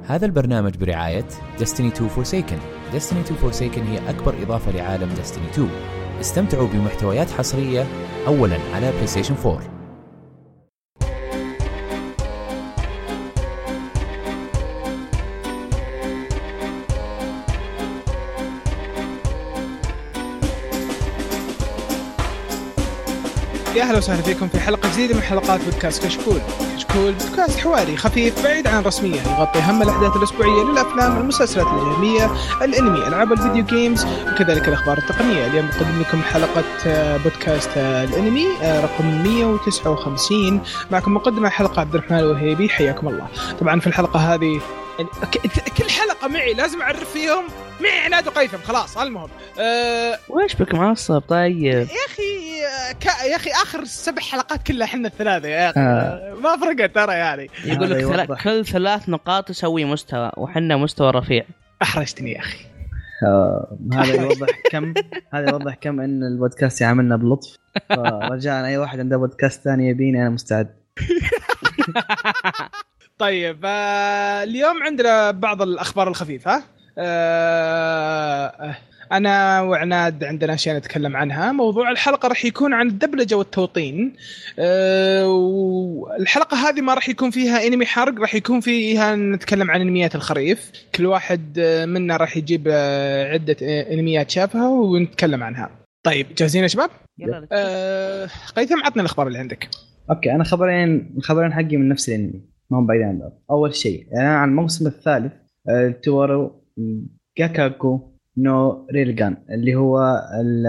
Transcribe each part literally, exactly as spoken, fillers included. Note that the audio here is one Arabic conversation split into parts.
هذا البرنامج برعاية Destiny تو Forsaken. Destiny تو Forsaken هي أكبر إضافة لعالم Destiny تو. استمتعوا بمحتويات حصرية أولاً على PlayStation فور. يا أهلا وسهلا فيكم في حلقة جديدة من حلقات بودكاست كشكول. كشكول بودكاست حواري خفيف بعيد عن الرسمية، يغطي هم الأحداث الأسبوعية للأفلام والمسلسلات الأنمية، الأنمي، ألعاب الفيديو جيمز، وكذلك الأخبار التقنية. اليوم نقدم لكم حلقة بودكاست الأنمي رقم مية وتسعة وخمسين. معكم مقدم الحلقة عبد الرحمن الوهيبي، حياكم الله. طبعا في الحلقة هذه كل حلقة معي لازم أعرف فيهم معي عناد وقيثم، خلاص المهم أه... ويش بك معصب؟ طيب يا أخي ك... يا أخي آخر سبع حلقات كلها حنا الثلاثة يا أخي آه. ما فرقت ترى يعني. يقول لك ثل... كل ثلاث نقاط يسوي مستوى وحنا مستوى رفيع. أحرجتني يا أخي. آه. هذا يوضح كم هذا يوضح كم إن البودكاست يعاملنا بلطف. رجاء أي واحد عنده بودكاست ثاني يبيني أنا مستعد. طيب آه اليوم عندنا بعض الأخبار الخفيفة. آه أنا وعناد عندنا أشياء نتكلم عنها. موضوع الحلقة رح يكون عن الدبلجة والتوطين. أه والحلقة هذه ما رح يكون فيها أنمي حرق، رح يكون فيها نتكلم عن أنميات الخريف. كل واحد منا رح يجيب عدة أنميات شافها ونتكلم عنها. طيب جاهزين يا شباب؟ يلا. أه قيثم عطنا الأخبار اللي عندك. أوكي، أنا خبرين خبرين حقي من نفس الأنمي، ما هم بعيدين عن بعض. أول شيء يعني عن الموسم الثالث أه توارو جاكاكو نو ريلغان، اللي هو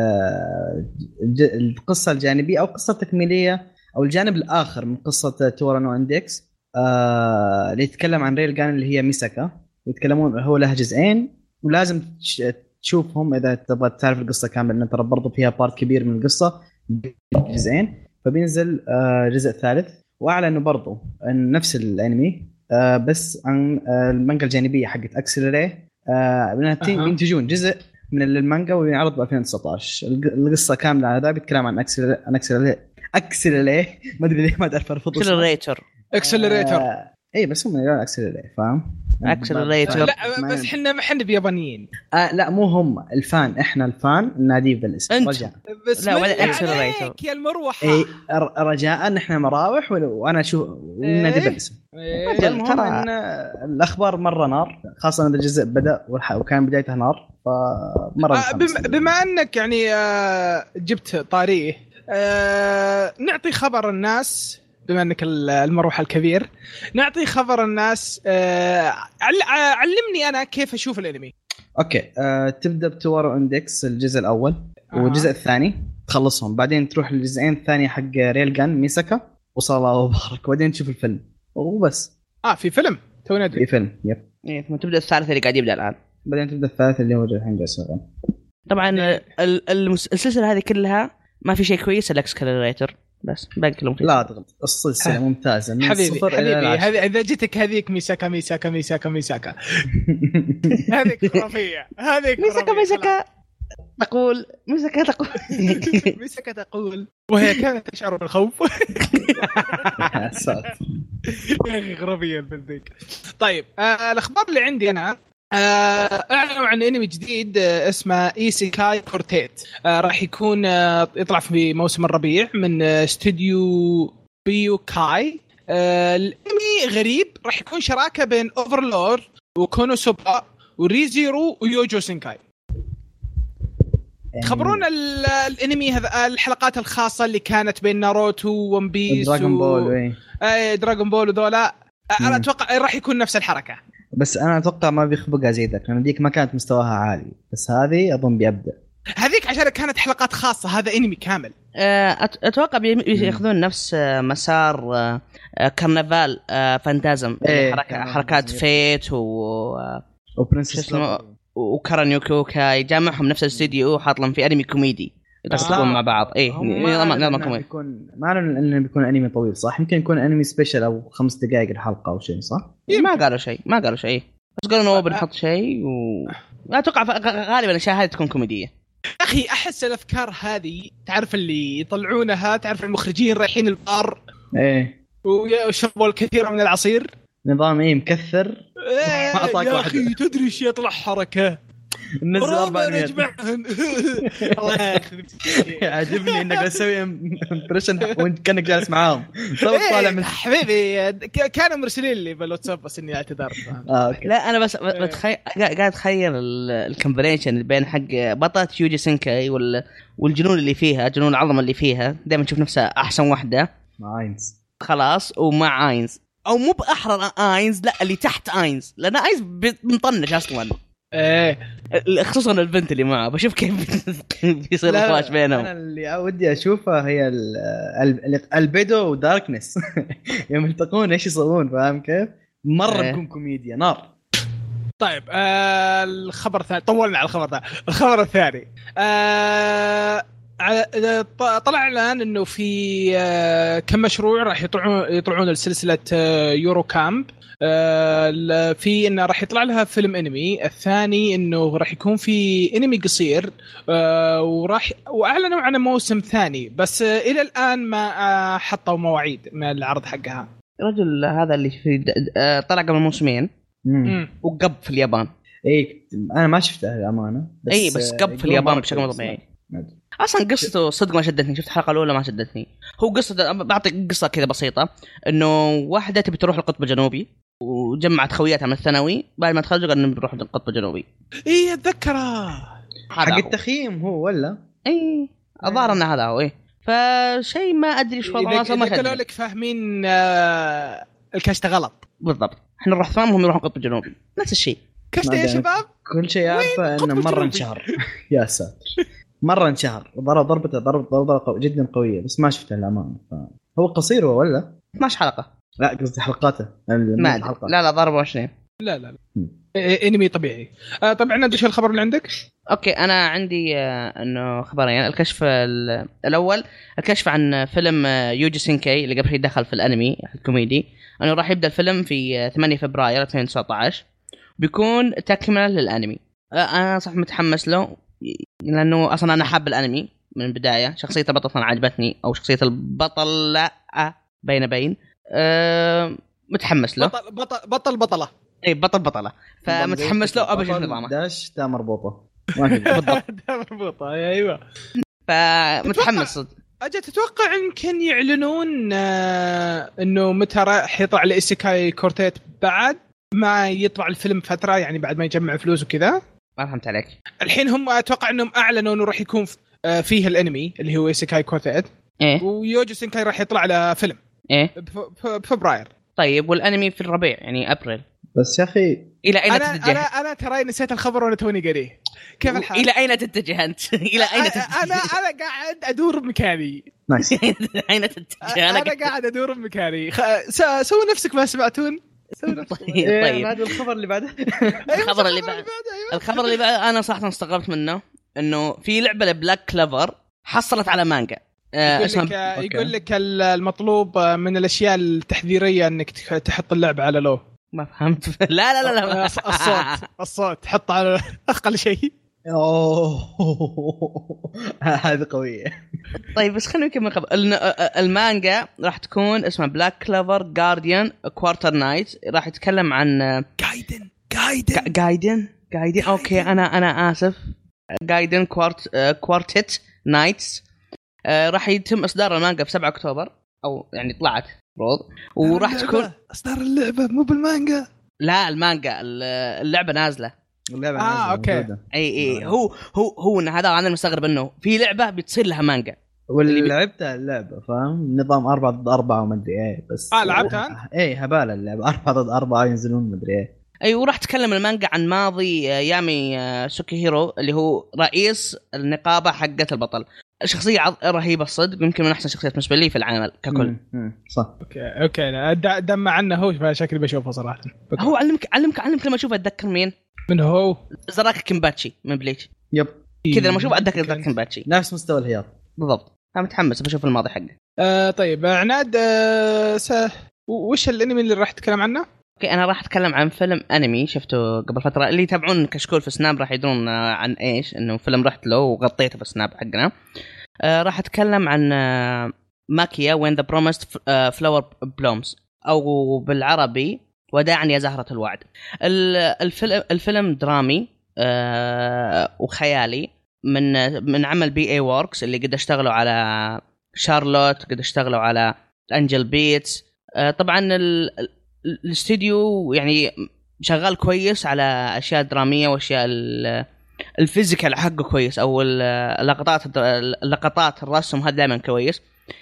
القصة الجانبية أو قصة تكميلية أو الجانب الآخر من قصة تورا نو إندكس، آه اللي يتكلم عن ريلغان اللي هي ميساكا. يتكلمون هو لها جزئين ولازم تشوفهم إذا تبغى تعرف القصة كاملة، لأن ترى برضو فيها بارت كبير من القصة جزئين. فبينزل آه جزء ثالث، وأعلنوا برضو نفس الأنمي آه بس عن آه المانجا الجانبية حقت أكسلري. آه بينتجون جزء من المانجا وينعرض ب ألفين وتسعة عشر. القصه كامله على ذا بيتكلم عن اكسل عن اكسل اكسل ليه ما ادري ليه ما اعرف ارفض اكسلريتر اكسلريتر آه اي بس هم يقولون اكسل ليه، فاهم؟ اكسلريتر. لا بس احنا ما احنا بيابانيين. آه لا مو هم الفان، احنا الفان ناديه بالاسم رجاء. بس لا ولا اكسلريتر يا المروحه. اي رجاء نحن مراوح وانا شو نادي بالاسم. إيه. المهم ان الاخبار مره نار، خاصه ان الجزء بدا وكان بدايته نار. فمره آه بما, بما انك يعني آه جبت طاريه، آه نعطي خبر الناس. بما انك المروحه الكبير نعطي خبر الناس. آه علمني انا كيف اشوف الانمي. اوكي آه تبدا بتوارو اندكس الجزء الاول آه. والجزء الثاني تخلصهم، بعدين تروح للجزئين الثانيه حق ريلغان ميساكا وصلاه وبارك، وبعدين تشوف الفيلم وبس. اه في فيلم تو ندري. في فيلم يب. ايه ثم تبدا الثالث اللي قاعد يبدا الان، بعدين تبدا الثالث اللي هو الحين جالس الان. طبعا السلسله هذه كلها ما في شيء كويس الا اكسلريتر بس، باقي كلهم لا تغلط. السلسله ممتازه من حبيبي الصفر حبيبي الى العشرة. هذه اذا جتك هذيك ميساكا ميساكا ميساكا ميساكا هذه خرافيه. هذه ميساكا ميساكا تقول ميساكا تقول ميساكا تقول وهي كانت تشعر بالخوف. يا اخي خرافيه البنتك. طيب آه الاخبار اللي عندي انا، آه اعلنوا عن انمي جديد آه اسمه ايسيكاي كورتيت. آه راح يكون آه يطلع في موسم الربيع من آه استوديو بيوكاي. آه الانمي غريب، راح يكون شراكه بين اوفرلورد وكونوسوبا وريزيرو ويوجو سينكاي. خبرونا الانمي هذا الحلقات الخاصه اللي كانت بين ناروتو وون بيس ودراغون بول. اي دراغون بول وذولا. انا اتوقع راح يكون نفس الحركه، بس انا اتوقع ما بيخبقها زي ذاك، لان ديك ما كانت مستواها عالي، بس هذه اظن بيبدا. هذيك عشان كانت حلقات خاصه، هذا انمي كامل. اتوقع بياخذون نفس مسار كارنفال فانتازم، إيه حركه حركات فيت و وبرنسس وكارانيوكوكا يجمعهم نفس الاستديو وحاط لهم في انمي كوميدي يتسقون آه. مع بعض. ايه نظام كوميدي. بيكون ما أعلن انه بيكون انمي طويل صح؟ يمكن يكون انمي سبيشال او خمس دقائق الحلقه او شيء صح؟ ما قالوا شيء ما قالوا شيء بس قالوا انه بنحط شيء و لا اتوقع غالبا الاشياء هذه تكون كوميديه. اخي احس الافكار هذه تعرف اللي يطلعونها، تعرف المخرجين رايحين البار ايه ويشربوا الكثير من العصير، نظام ايه مكثر يا اخي تدري ايش يطلع حركه نزل أربعمية. الله ياخذ. عجبني انك اسوي امبريشن وانت كانك جالس معاهم طالع من حبيبي. كانوا مرسلين لي بالواتساب بس اني اعتذرت. آه، أوكي. لا انا بس بتخيل قاعد اتخيل الكومبينيشن بين حق بطلة يوجي سينكاي وال... والجنون اللي فيها، جنون العظمه اللي فيها دائما نشوف نفسها احسن واحده مع اينز خلاص، ومع اينز او مو باحرى اينز، لا اللي تحت اينز، لان اينز بنطنش اصلا. ايه خصوصا البنت اللي معه بشوف كيف بيصير الفلاش بينهم. انا اللي ودي اشوفها هي البيدو وداركنس يوم يلتقون ايش يسوون، فاهم كيف؟ مره إيه. بكون كوميديا نار. طيب آه الخبر الثاني، طولنا على الخبر ده. الخبر الثاني آه طلع الان انه في آه كم مشروع راح يطلعون يطلعون لسلسله آه يورو كامب. آه في انه راح يطلع لها فيلم انمي. الثاني انه راح يكون في انمي قصير آه وراح واعلنوا عن موسم ثاني، بس آه الى الان ما آه حطوا مواعيد من العرض حقها. الرجل هذا اللي في آه طلع قبل موسمين وقب في اليابان. اي انا ما شفته الامانه، بس اي بس قب في اليابان بشكل مو طبيعي. اصلا قصته صدق ما شدتني، شفت الحلقه الاولى ما شدتني. هو قصه بعطيك قصه كذا بسيطه، انه واحده تبي تروح القطب الجنوبي وجمعت خوياتها من الثانوي، بعد ما تخرجوا قالوا نروح القطب الجنوبي. اي اتذكره حق التخييم هو ولا اي الظاهر ان هذا هو. ايه فشيء ما ادري ايش والله ما قالوا لك فاهمين آه الكشته غلط بالضبط. احنا نروح ثمانهم يروحوا القطب الجنوبي نفس الشيء. كشته يا شباب كل شيء عارفه انه مره انشهر. يا ساتر مره انشهر وضرب ضربته ضرب ضربه جدا قويه، بس ما شفته الامانه. هو قصير هو ولا اثناشر حلقه؟ لا قصدي حلقاته ما لا لا ضرب عشرين. لا لا لا انمي طبيعي. آه طبعا ندش الخبر اللي عندك. اوكي انا عندي آه انه خبرين. يعني الكشف الاول الكشف عن فيلم آه يوجي سينكاي اللي قبل يدخل في الانمي الكوميدي، انه راح يبدا الفيلم في آه ثمانية فبراير ألفين وتسعة عشر، بيكون تكمله للانمي. آه انا صح متحمس له لانه اصلا انا حاب الانمي من البدايه. شخصيه البطل اصلا عجبتني، او شخصيه البطل لا بين بين أه متحمس له. بطل بطل بطل بطله اي بطل بطله، فمتحمس له ابى اشوف نظامه. داش تا مربوطه ما في بالضبط تا مربوطه ايوه. فمتحمس. اجل تتوقع يمكن يعلنون آه انه متى راح يطلع الايسيكاي كورتيت بعد ما يطلع الفيلم فتره، يعني بعد ما يجمع فلوس وكذا؟ ما فهمت عليك. الحين هم اتوقع انهم اعلنوا انه راح يكون فيه الانمي اللي هو ايسيكاي كورتيت. إيه؟ ويوجي سينكاي راح يطلع على فيلم ايه بفبراير. طيب والانمي في الربيع يعني ابريل. بس يا اخي الى اين أنا تتجه؟ انا انا ترى نسيت الخبر وانا توني قريه. كيف الحال؟ الى اين تتجه انت؟ الى اين تتجه؟ انا انا قاعد ادور بمكاني. نايس. اين تتجه؟ انا, أنا قاعد ادور بمكاني. خ... سووا نفسك ما سمعتون. سووا نفسك. طيب هذا الخبر اللي بعده. الخبر اللي بعده الخبر اللي بعده انا صراحه استغربت منه، انه في لعبه لبلاك كليفر حصلت على مانجا. يقول لك يقول لك المطلوب من الاشياء التحذيريه انك تحط اللعبه على لو. ما فهمت. لا لا لا, لا. الصوت الصوت تحط على اقل شيء. اوه هذه قويه. طيب بس خلينا نكمل خبر. المانجا راح تكون اسمها بلاك كليفر جارديان كوارتر نايت. راح يتكلم عن جايدن جايدن جايدن جايدن اوكي انا انا اسف جايدن كوارت كوارتت نايتس. آه راح يتم اصدار المانجا في سبعة أكتوبر، او يعني طلعت روض، وراح تكون اصدار اللعبه مو بالمانجا. لا المانجا اللعبه نازله. اللعبه آه نازله اوكي موجودة. اي اي هو هو هو ان هذا انا مستغرب انه في لعبه بتصير لها مانجا. واللي لعبتها اللعبه فاهم نظام أربعة ضد أربعة وما ادري ايه، بس اه لعبتها انت؟ ايه هباله اللعبه أربعة ضد أربعة ينزلون ما ادري ايه. اي وراح تكلم المانجا عن ماضي يامي سوكيهيرو اللي هو رئيس النقابه حقه البطل. شخصيه رهيبه الصدق، يمكن من احسن الشخصيات بالنسبه لي في العمل ككل. مم. صح. اوكي اوكي لا دم عنه هو فشكلي بشوفه صراحه. هو علمك علمك علمك لما اشوفه اتذكر مين؟ من هو؟ زراكا كيمباتشي من بليتش. يب كذا لما اشوفه اتذكر زراكا كيمباتشي نفس مستوى الهياط بالضبط. انا متحمس بشوف الماضي حقه. آه طيب عناد آه س... وش الانمي اللي راح تتكلم عنه؟ اوكي انا راح اتكلم عن فيلم انمي شفته قبل فتره. اللي يتابعون كشكول في سناب راح يدرون عن ايش، انه فيلم رحت له وغطيته في سناب حقنا. آه راح اتكلم عن آه ماكيا وين ذا بروميسد فلاور بلومز، او بالعربي وداعا يا زهرة الوعد. الفيلم الفيلم درامي آه وخيالي من من عمل بي اي ووركس اللي قد اشتغلوا على شارلوت، قد اشتغلوا على انجل بيتس. آه طبعا الاستوديو يعني شغال كويس على اشياء دراميه واشياء الفيزيكال حقه كويس، او اللقطات اللقطات الرسم هذا دائما كويس.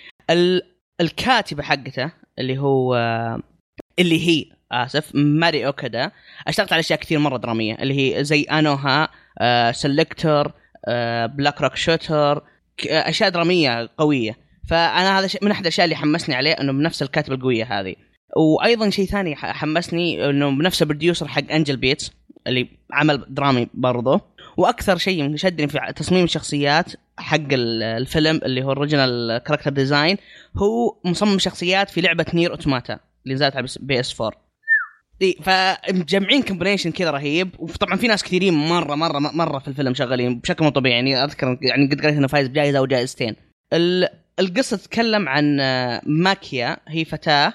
الكاتبه حقته اللي هو اللي هي اسف ماري اوكادا اشتغلت على اشياء كثير مره دراميه اللي هي زي انوها، آه، سلكتر، آه، بلاك روك شوتر، اشياء دراميه قويه. فانا هذا من احد الاشياء اللي حمسني عليه انه بنفس الكاتبه القويه هذه. وايضا شيء ثاني حمسني انه بنفس البروديوسر حق انجل بيتس اللي عمل درامي برضه. واكثر شيء شدني في تصميم الشخصيات حق الفيلم اللي هو اوريجينال كاركتر ديزاين، هو مصمم شخصيات في لعبه نير اوتوماتا اللي نزلت على بي اس فور. فمجمعين كومبينيشن كذا رهيب. وطبعا في ناس كثيرين مره مره مره في الفيلم شغالين بشكل مو طبيعي. يعني اذكر يعني قد قريت انه فايز بجائزه او جائزتين. القصه تتكلم عن ماكيا، هي فتاه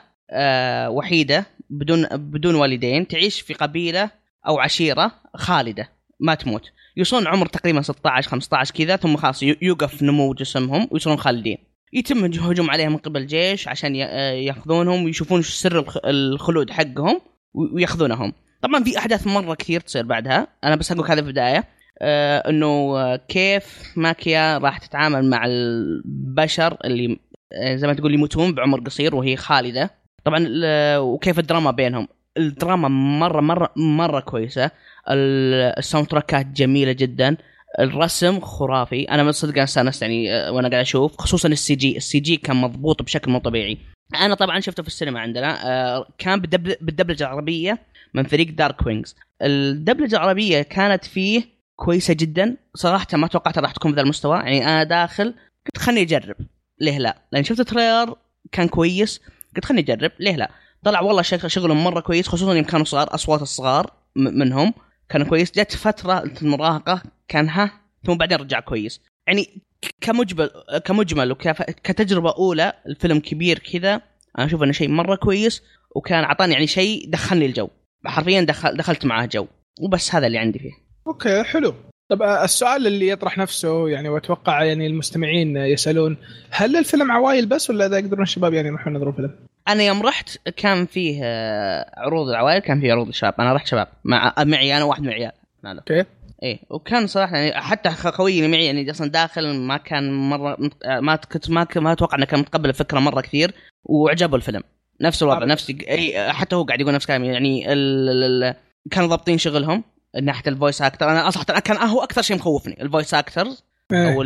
وحيده بدون بدون والدين، تعيش في قبيله او عشيره خالده ما تموت. يوصلون عمر تقريبا ستة عشر خمسة عشر كذا، ثم خلاص يوقف نمو جسمهم ويصيرون خالدين. يتم هجوم عليهم من قبل جيش عشان ياخذونهم ويشوفون سر الخلود حقهم وياخذونهم. طبعا في احداث مره كثير تصير بعدها. انا بس اقول هذا في البدايه آه انه كيف ماكيا راح تتعامل مع البشر اللي زي ما تقول يموتون بعمر قصير وهي خالده. طبعا وكيف الدراما بينهم. الدراما مره مره مره كويسه. الساوند تراكات جميله جدا. الرسم خرافي. انا من صدق استانست يعني وانا قاعد اشوف، خصوصا السي جي السي جي كان مضبوط بشكل مو طبيعي. انا طبعا شفته في السينما عندنا، كان بالدبلجه العربيه من فريق دارك وينجز. الدبلجه العربيه كانت فيه كويسه جدا صراحه، ما توقعت راح تكون بهذا المستوى. يعني انا داخل قلت خلني اجرب ليه لا، لان شفت تريلر كان كويس قلت خلني اجرب ليه لا. طلع والله شغلهم مره كويس، خصوصا يوم كانوا صغار، اصوات الصغار منهم كانوا كويس. جت فتره المراهقه كان ها، ثم بعدين رجع كويس. يعني كمجمل كمجمل وكتجربه اولى الفيلم كبير كذا، انا اشوف انه شيء مره كويس، وكان عطاني يعني شيء دخلني الجو حرفيا، دخل دخلت معاه جو. وبس هذا اللي عندي فيه. اوكي حلو. طب السؤال اللي يطرح نفسه يعني، واتوقع يعني المستمعين يسالون، هل الفيلم عوائل بس ولا اذا يقدرون الشباب يعني يروحون ينظروا فيلم؟ انا يوم رحت كان فيه عروض العوائل، كان فيه عروض الشباب. انا رحت شباب مع معي انا واحد من عيال. اوكي ايه. وكان صراحه يعني حتى خويي معي يعني اصلا داخل ما كان مره ما كنت ما ما اتوقع انه كان متقبل الفكره مره كثير، وعجبه الفيلم نفس الوضع نفس اي. حتى هو قاعد يقول نفس كلامي يعني. ال ال كانوا ضابطين شغلهم ناحيه الفويس اكتر. انا اصلا كان هو اكثر شيء مخوفني الفويس اكترز او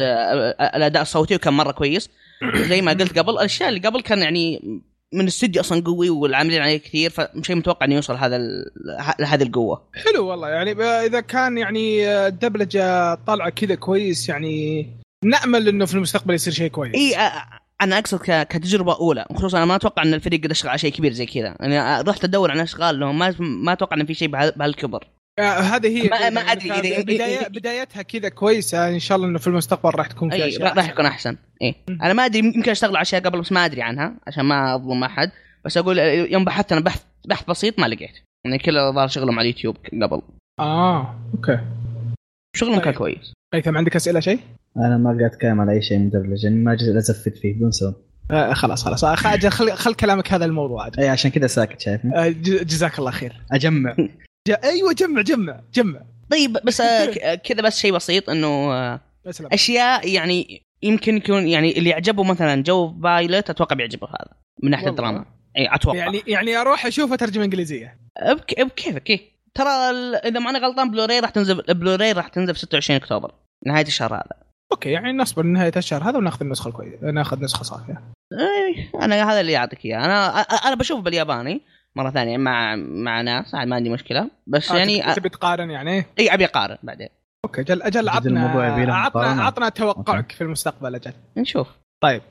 الاداء الصوتي، وكان مره كويس. زي ما قلت قبل، الاشياء اللي قبل كان يعني من الاستديو اصلا قوي والعاملين عليه كثير، فمشي متوقع انه يوصل هذا لهذه القوه. حلو والله. يعني اذا كان يعني الدبلجه طالعه كذا كويس، يعني نامل انه في المستقبل يصير شيء كويس. اي انا اقصد كتجربه اولى، خصوصا انا ما اتوقع ان الفريق قد اشتغل على شيء كبير زي كذا. انا رحت ادور عن اشغال لهم، ما ما اتوقع ان في شيء بهالكبر. هذه هي ما, ما ادري اذا بداية بدايتها كذا كويسه، ان شاء الله انه في المستقبل راح تكون في اشياء راح يكون احسن. ايه انا ما ادري، يمكن اشتغل على اشياء قبل بس ما ادري عنها عشان ما اظلم احد. بس اقول يوم بحثت انا بحث بحث بسيط ما لقيت يعني، كل ظهر شغلهم على اليوتيوب قبل. اه اوكي شغلهم طيب. كان كويس. هيثم عندك اسئله شيء؟ انا ما قاعد اتكلم على اي شيء من دبلجه، ما اجي ازفت فيه بدون سبب. آه خلاص خلاص خل خل, خل كلامك هذا الموضوع عاد. اي عشان كذا ساكت شايفني. آه جزاك الله خير. اجمع ج... ايوه جمع جمع جمع. طيب بس كذا بس شيء بسيط انه اشياء يعني يمكن يكون يعني اللي يعجبه مثلا جو بايلوت اتوقع بيعجبه هذا من ناحيه الدراما. اي اتوقع يعني يعني اروح اشوفه ترجمه انجليزيه بك... بكيفك. إيه ترى اذا ما انا غلطان بلوراي راح تنزل بلوراي راح تنزل في ستة وعشرين اكتوبر نهايه الشهر هذا. اوكي يعني نصبر لنهايه الشهر هذا وناخذ النسخه الكويسه، ناخذ نسخه صافيه. اي انا هذا اللي يعطيك اياه. انا انا بشوف بالياباني مره ثانيه مع مع ناس ما عندي مشكله، بس آه يعني تبي تقارن يعني. اي ابي اقارن بعدين. اوكي جل اجل عطنا عطنا عطنا توقعك أوكي. في المستقبل اجل نشوف. طيب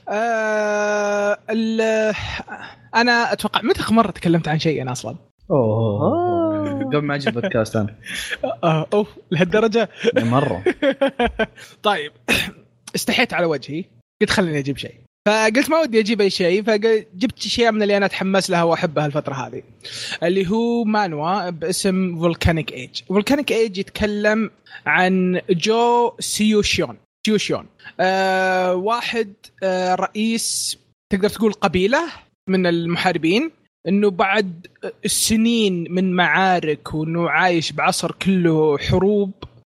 آه انا اتوقع متى اخر مره تكلمت عن شيء انا اصلا؟ اوه قبل ما اجي البودكاست انا اه اوف لهالدرجه مره. طيب استحيت على وجهي قلت خليني اجيب شيء فقلت ما ودي اجيب اي شيء، فجبت شيء من اللي انا اتحمس لها واحبها الفتره هذه، اللي هو مانوا باسم فولكانيك ايج. فولكانيك ايج يتكلم عن جو سيوشيون. سيوشيون آه واحد آه رئيس تقدر تقول قبيله من المحاربين، انه بعد السنين من معارك وانه عايش بعصر كله حروب،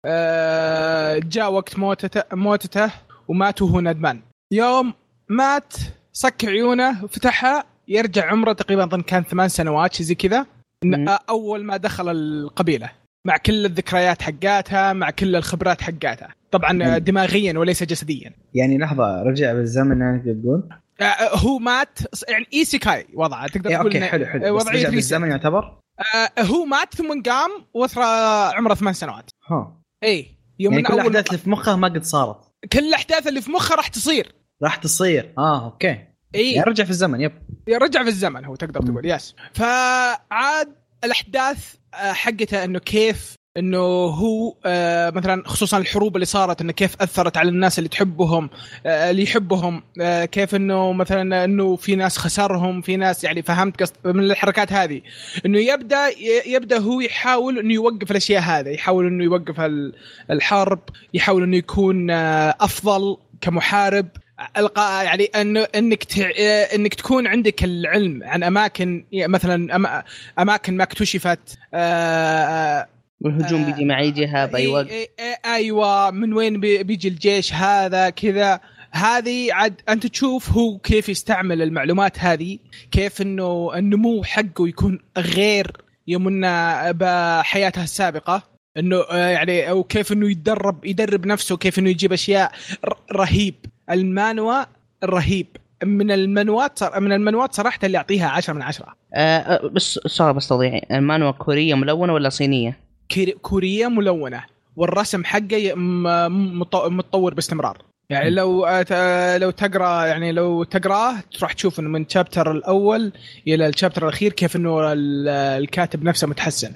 آه جاء وقت موتته موتته ومات وهو ندمان. يوم مات صك عيونه وفتحها، يرجع عمره تقريبا ظن كان ثمان سنوات زي كذا، أول ما دخل القبيلة، مع كل الذكريات حقاتها، مع كل الخبرات حقاتها، طبعا دماغيا وليس جسديا. يعني لحظة، رجع بالزمن أنا تقول؟ آه هو مات يعني إيسيكاي وضعه، تقدر إيه تقول أوكي حلو حلو، بس رجع بالزمن يعتبر؟ آه هو مات ثم قام وثرى عمره ثمان سنوات. ها إيه يوم يعني كل الأحداث اللي في مخه ما قد صارت، كل الأحداث اللي في مخه راح تصير راح تصير اه اوكي. إيه يرجع في الزمن. يب يرجع في الزمن هو تقدر تقول يس. فعاد الاحداث حقته انه كيف انه هو آه مثلا خصوصا الحروب اللي صارت، انه كيف اثرت على الناس اللي تحبهم آه اللي يحبهم آه كيف انه مثلا انه في ناس خسرهم، في ناس يعني فهمت قصد من الحركات هذه، انه يبدا يبدا هو يحاول انه يوقف الاشياء هذه، يحاول انه يوقف الحرب، يحاول انه يكون آه افضل كمحارب، القاء يعني انه انك تع... انك تكون عندك العلم عن اماكن مثلا أم... اماكن ما اكتشفت، آه... والهجوم بيجي مع اي جهه باي وقت. ايوه من وين بيجي الجيش هذا كذا. هذه عاد انت تشوف هو كيف يستعمل المعلومات هذه، كيف انه النمو حقه يكون غير يمنا بحياته السابقه، انه يعني او كيف انه يتدرب يدرب نفسه، كيف انه يجيب اشياء رهيب. المانوا الرهيب من المانوات من المانوات صراحه اللي يعطيها عشرة من عشرة. أه بس صعب استوضيح، المانوا كوريه ملونه ولا صينيه؟ كوريه ملونه، والرسم حقه متطور باستمرار. يعني لو لو تقرا يعني لو تقراه تروح تشوف انه من الشابتر الاول الى الشابتر الاخير كيف انه الكاتب نفسه متحسن،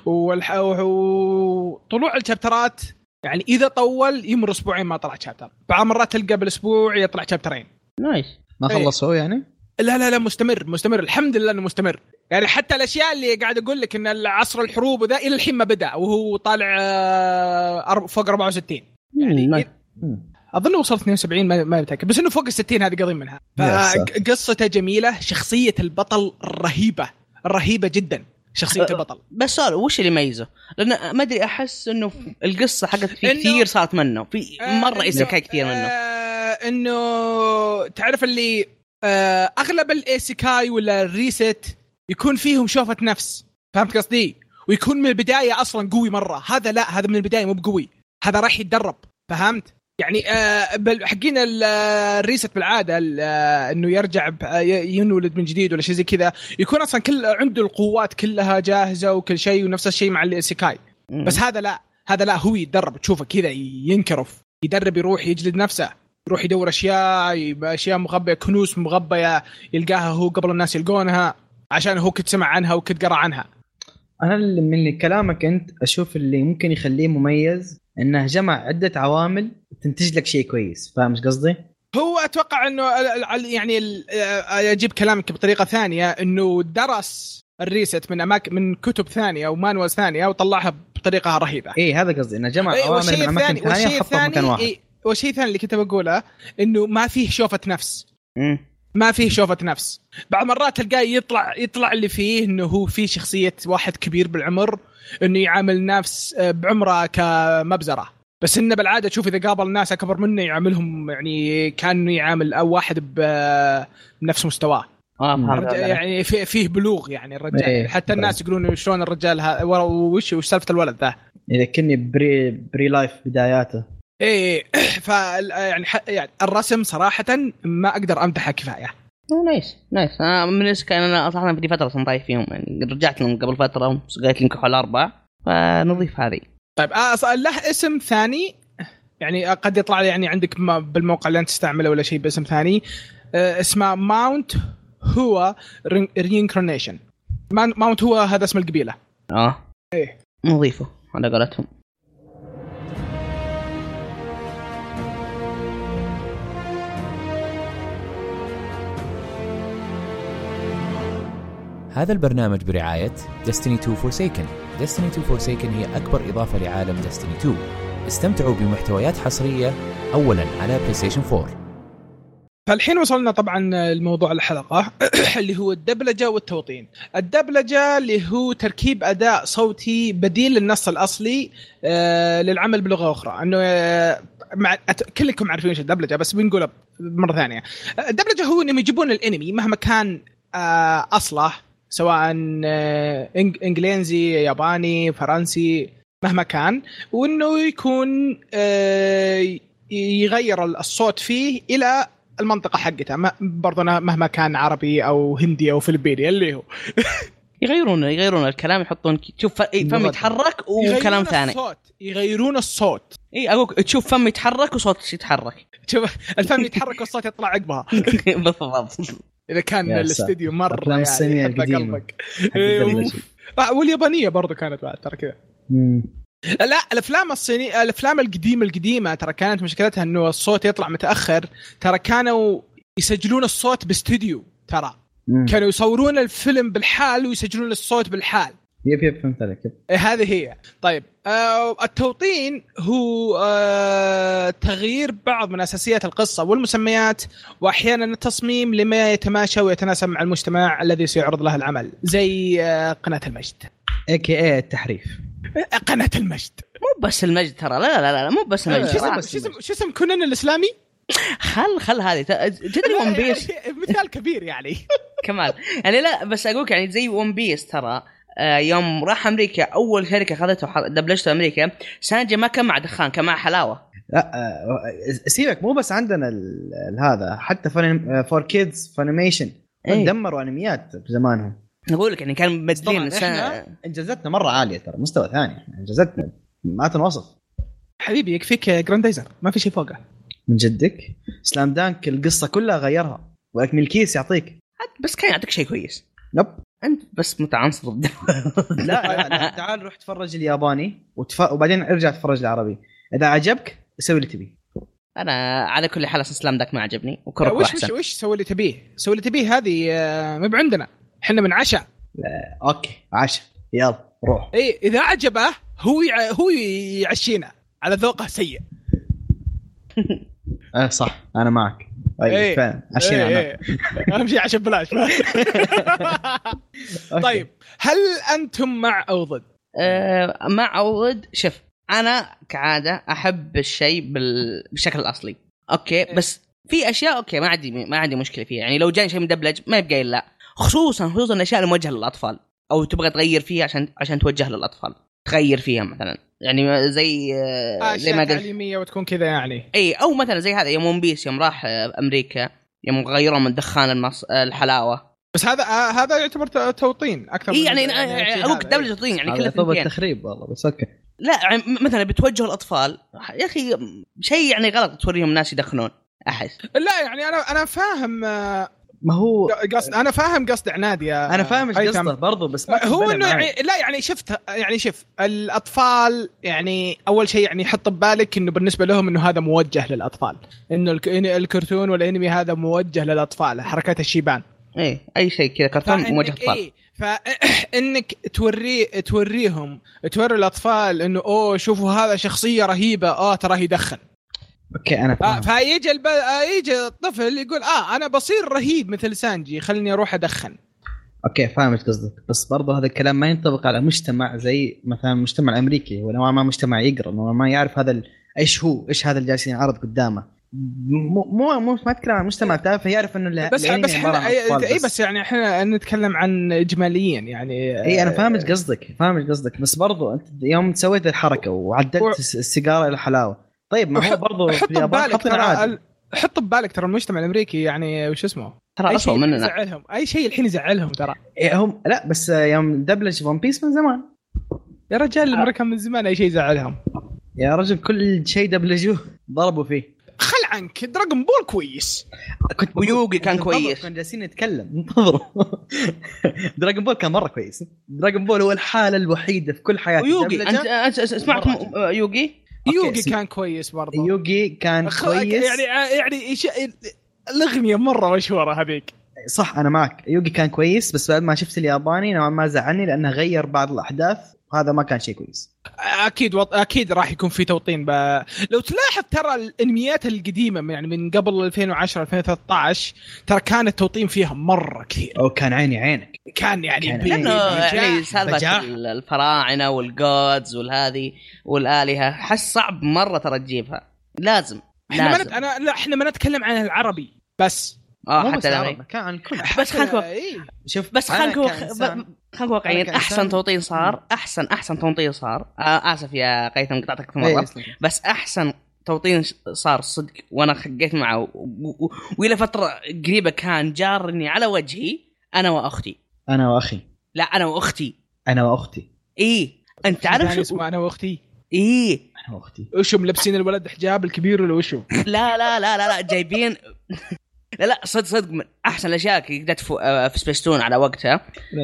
وطلوع الشابترات يعني اذا طول يمر اسبوعين ما طلع شابتر، بعض مرات تلقى بالاسبوع يطلع شابترين. نايس. ما خلصوا يعني؟ لا لا لا مستمر مستمر الحمد لله انه مستمر. يعني حتى الاشياء اللي قاعد اقول لك ان العصر الحروب وذا الى الحين ما بدا، وهو طالع فوق أربعة وستين يعني اظن وصلت اثنين وسبعين ما ما متاكد، بس انه فوق الستين هذه قضيه منها. فقصته جميله، شخصيه البطل رهيبه رهيبه جدا شخصيه البطل. بس سؤال، وش اللي يميزه؟ لان ما ادري احس انه القصه حقت فيه كثير صارت منه في مره ايسيكاي كثير منه. آه انه تعرف اللي آه اغلب الايسيكاي ولا الريست يكون فيهم شوفة نفس، فهمت قصدي؟ ويكون من البدايه اصلا قوي مره. هذا لا، هذا من البدايه مو بقوي، هذا راح يتدرب، فهمت يعني؟ آه حقين الريست بالعاده آه انه يرجع ينولد من جديد ولا شيء زي كذا، يكون اصلا كل عنده القوات كلها جاهزه وكل شيء، ونفس الشيء مع الايسيكاي. بس هذا لا، هذا لا هو يتدرب، تشوفه كذا ينكرف، يدرب، يروح يجلد نفسه، يروح يدور اشياء اشياء مغبيه، كنوز مغبيه يلقاها هو قبل الناس يلقونها، عشان هو كنت سمع عنها وكنت قرأ عنها. انا من كلامك انت اشوف اللي ممكن يخليه مميز انه جمع عده عوامل تنتج لك شيء كويس. فاهم ايش قصدي؟ هو اتوقع انه يعني اجيب كلامك بطريقه ثانيه، انه درس الريست من اماكن من كتب ثانيه او مانوال ثانيه وطلعها بطريقه رهيبه. اي هذا قصدي، انه جمع عوامل من اماكن ثانيه وحطها مكان واحد. إيه والشيء الثاني اللي كنت بقوله انه ما فيه شوفة نفس. م. ما فيه شوفة نفس. بعض مرات تلقاه يطلع يطلع اللي فيه انه هو في شخصية واحد كبير بالعمر، انه يعامل نفس بعمره كمبزرة، بس انه بالعادة تشوف اذا قابل ناس اكبر منه يعاملهم يعني كان يعامل او واحد بنفس مستواه. اه يعني فيه بلوغ يعني الرجال. إيه حتى الناس يقولون شلون الرجال ها وش وش سالفة الولد ذا، اذا كني بري بري لايف بداياته. ايه ف يعني, يعني الرسم صراحه ما اقدر امدحه كفايه. نايس نايس. انا من اسكان انا اصلا بدي فتره صنطايف فيهم، يعني رجعت لهم قبل فتره وسقيت لهم كحول اربع، فنضيف هذه. طيب آه له اسم ثاني يعني قد يطلع يعني عندك بالموقع اللي انت تستعمله ولا شيء باسم ثاني، آه اسمه ماونت هو رينكارنيشن. ماونت هو هذا اسم القبيله. اه ايه نضيفه على قولتهم. هذا البرنامج برعاية Destiny تو Forsaken. Destiny تو Forsaken هي أكبر إضافة لعالم Destiny تو. استمتعوا بمحتويات حصرية أولاً على بلاي ستيشن فور. فالحين وصلنا طبعا الموضوع الحلقة اللي هو الدبلجة والتوطين. الدبلجة اللي هو تركيب أداء صوتي بديل للنص الأصلي آه للعمل بلغة أخرى. أنه آه مع كلكم عارفين ايش الدبلجة، بس بنقولها مرة ثانية. الدبلجة هو انهم يجيبون الانمي مهما كان آه اصله، سواء آه انجليزي ياباني فرنسي مهما كان، وانه يكون آه يغير الصوت فيه الى المنطقة حقتها، برضه مهما كان عربي او هندي او فلبيني اللي هو يغيرون يغيرون الكلام، يحطون تشوف فم يتحرك وكلام ثاني، الصوت يغيرون الصوت. اي اقول تشوف فم يتحرك وصوت يتحرك، شوف الفم يتحرك والصوت يطلع عقبها. بالضبط. اذا كان الاستديو مره يعني قلبك. واليابانيه برضو كانت بعد ترى كذا. لا الافلام الصينيه الافلام القديمه القديمه ترى كانت مشكلتها انه الصوت يطلع متاخر. ترى كانوا يسجلون الصوت باستوديو، ترى مم. كانوا يصورون الفيلم بالحال ويسجلون الصوت بالحال. يب يب فهمت عليك. هذه هي. طيب آه التوطين هو آه تغيير بعض من أساسيات القصة والمسميات، وأحيانا التصميم لما يتماشى ويتناسب مع المجتمع الذي سيعرض له العمل، زي آه قناة المجد إيه كي إيه التحريف. قناة المجد مو بس المجد ترى، لا لا لا مو بس المجد. شو اسم شو اسم كونان الإسلامي؟ خل خل هذه تدري ون بيس مثال كبير يعني. كمال يعني لا بس أقولك يعني زي ون بيس ترى يوم راح أمريكا أول شركة خذته دبلجته أمريكا، سانجي ما كان مع دخان، كان مع حلاوة. لا سيبك مو بس عندنا هذا، حتى فور كيدز فانيميشن دمروا أنميات بزمانهم. نقولك يعني كان مبدلين. إحنا إنجازاتنا مرة عالية ترى، مستوى ثاني إنجازاتنا ما تنوصف حبيبي. يكفيك جراندايزر ما في شيء فوقه من جدك. سلام دانك القصة كلها غيرها، ولكن الكيس يعطيك بس كان يعطيك شيء كويس. نب انت بس متعنصر. لا, لا لا تعال روح تفرج الياباني وتف... وبعدين ارجع تفرج العربي. اذا عجبك سوي اللي تبيه. انا على كل حال اسلام داك ما عجبني وكرك وش احسن. وش وش سوي اللي تبيه سوي اللي تبيه هذه ما بعندنا احنا من عشاء. لا اوكي عشاء يلا روح. اي اذا عجبه هو يع... هو يعشينا على ذوقه سيء. اه صح انا معك. ايه فعلا عشينا ايه انا اهم شيء عشان بلاش. طيب هل انتم مع او ضد؟ أه مع او ضد. شوف انا كعاده احب الشيء بالشكل الاصلي اوكي، بس في اشياء اوكي ما عندي ما عندي مشكله فيها. يعني لو جاني شيء مدبلج ما يبقى الا، خصوصا خصوصا الاشياء الموجهه للاطفال او تبغى تغير فيها عشان عشان توجه للاطفال، تغير فيها مثلا يعني زي آه زي ما قلت تعليميه وتكون كذا يعني. اي او مثلا زي هذا يوم ون بيس يوم راح امريكا يوم غيروا من دخان المص... الحلاوه. بس هذا آه هذا يعتبر توطين اكثر. إيه يعني اقول لك دبلجه توطين يعني كله طبعا تخريب والله. بس اوكي لا يعني مثلا بتوجه الاطفال يا اخي شيء يعني غلط توريهم ناس يدخنون احس. لا يعني انا انا فاهم ما هو قصد انا فاهم قصد عناد يا انا فاهم ايش قصده برضو، بس ما هو انه يعني لا يعني شفت يعني شوف الاطفال يعني اول شيء يعني حط ببالك انه بالنسبه لهم انه هذا موجه للاطفال، انه الكرتون والانمي هذا موجه للاطفال، حركات الشيبان ايه اي شيء كذا كرتون موجه للاطفال. إيه فانك توري توريهم توري الاطفال انه اوه شوفوا هذا شخصيه رهيبه اه ترى يدخن. اوكي انا فاهم. آه فيجي الب... يجي الطفل يقول اه انا بصير رهيب مثل سانجي خلني اروح ادخن. اوكي فاهم ايش قصدك، بس برضه هذا الكلام ما ينطبق على مجتمع زي مثلا المجتمع الامريكي ولا ما مجتمع يقرا انه ما يعرف هذا ال... ايش هو ايش هذا اللي جالسين يعرض قدامه. مو مو مو ما اتكلم عن مجتمع تافه يعرف انه بس بس احنا اي بس يعني احنا نتكلم عن اجماليا يعني. اي انا فاهم ايش قصدك فاهم ايش قصدك بس برضه انت يوم سويت الحركه وعدلت و... السيجاره الى حلاوه. طيب ما هو برضه حط ببالك ترى حط ببالك ترى المجتمع الامريكي يعني وش اسمه ترى اصلا مننا يزعلهم اي شيء الحين يزعلهم ترى. إيه هم لا بس يوم دبلج ون بيس من زمان يا رجال الامريكان من زمان اي شيء يزعلهم يا رجل. كل شيء دبلجوه ضربوا فيه. خل عنك دراغون بول كويس كنت ويوغي كان كويس كنا جالسين نتكلم انتظروا. دراغون بول كان مره كويس. دراغون بول هو الحاله الوحيده في كل حياتي. يوغي انت سمعت يوغي يوغي كان كويس برضه. يوغي كان كويس يعني يعني الاغنيه مره مشهوره هذيك. صح انا معك يوغي كان كويس بس بعد ما شفت الياباني نوعا ما زعلني لانه غير بعض الاحداث وهذا ما كان شيء كويس. اكيد وط... اكيد راح يكون في توطين ب... لو تلاحظ ترى الانميات القديمه يعني من قبل ألفين وعشرة ألفين وثلاثة عشر ترى كان التوطين فيها مره كثير او كان عيني عينك كان يعني كان بي... لانه بجاح. يعني سالفه بجاح. الفراعنه والجودز والهذه والالهه حس صعب مره ترى تجيبها لازم احنا ما لازم نت... انا لا احنا ما نتكلم عن العربي بس اه مو حتى بس لو عربي، كان عن كل بس خلينا إيه. شوف بس أنا خلينا كإنسان- خلينا واقعيين كإنسان- احسن توطين صار احسن احسن توطين صار آه اسف يا قيثم قطعتك إيه، مره يسلم. بس احسن توطين صار صدق وانا خقيت معه و- و- والى فتره قريبه كان جارني على وجهي انا واختي انا واخي لا انا واختي انا واختي ايه انت عارف يعني شو اسمه انا واختي ايه انا واختي وشو ملبسين الولد حجاب الكبير ولا وشو لا لا لا لا لا جايبين لا لا صدق صدق من احسن الاشياء اللي قدرت في سبيستون على وقتها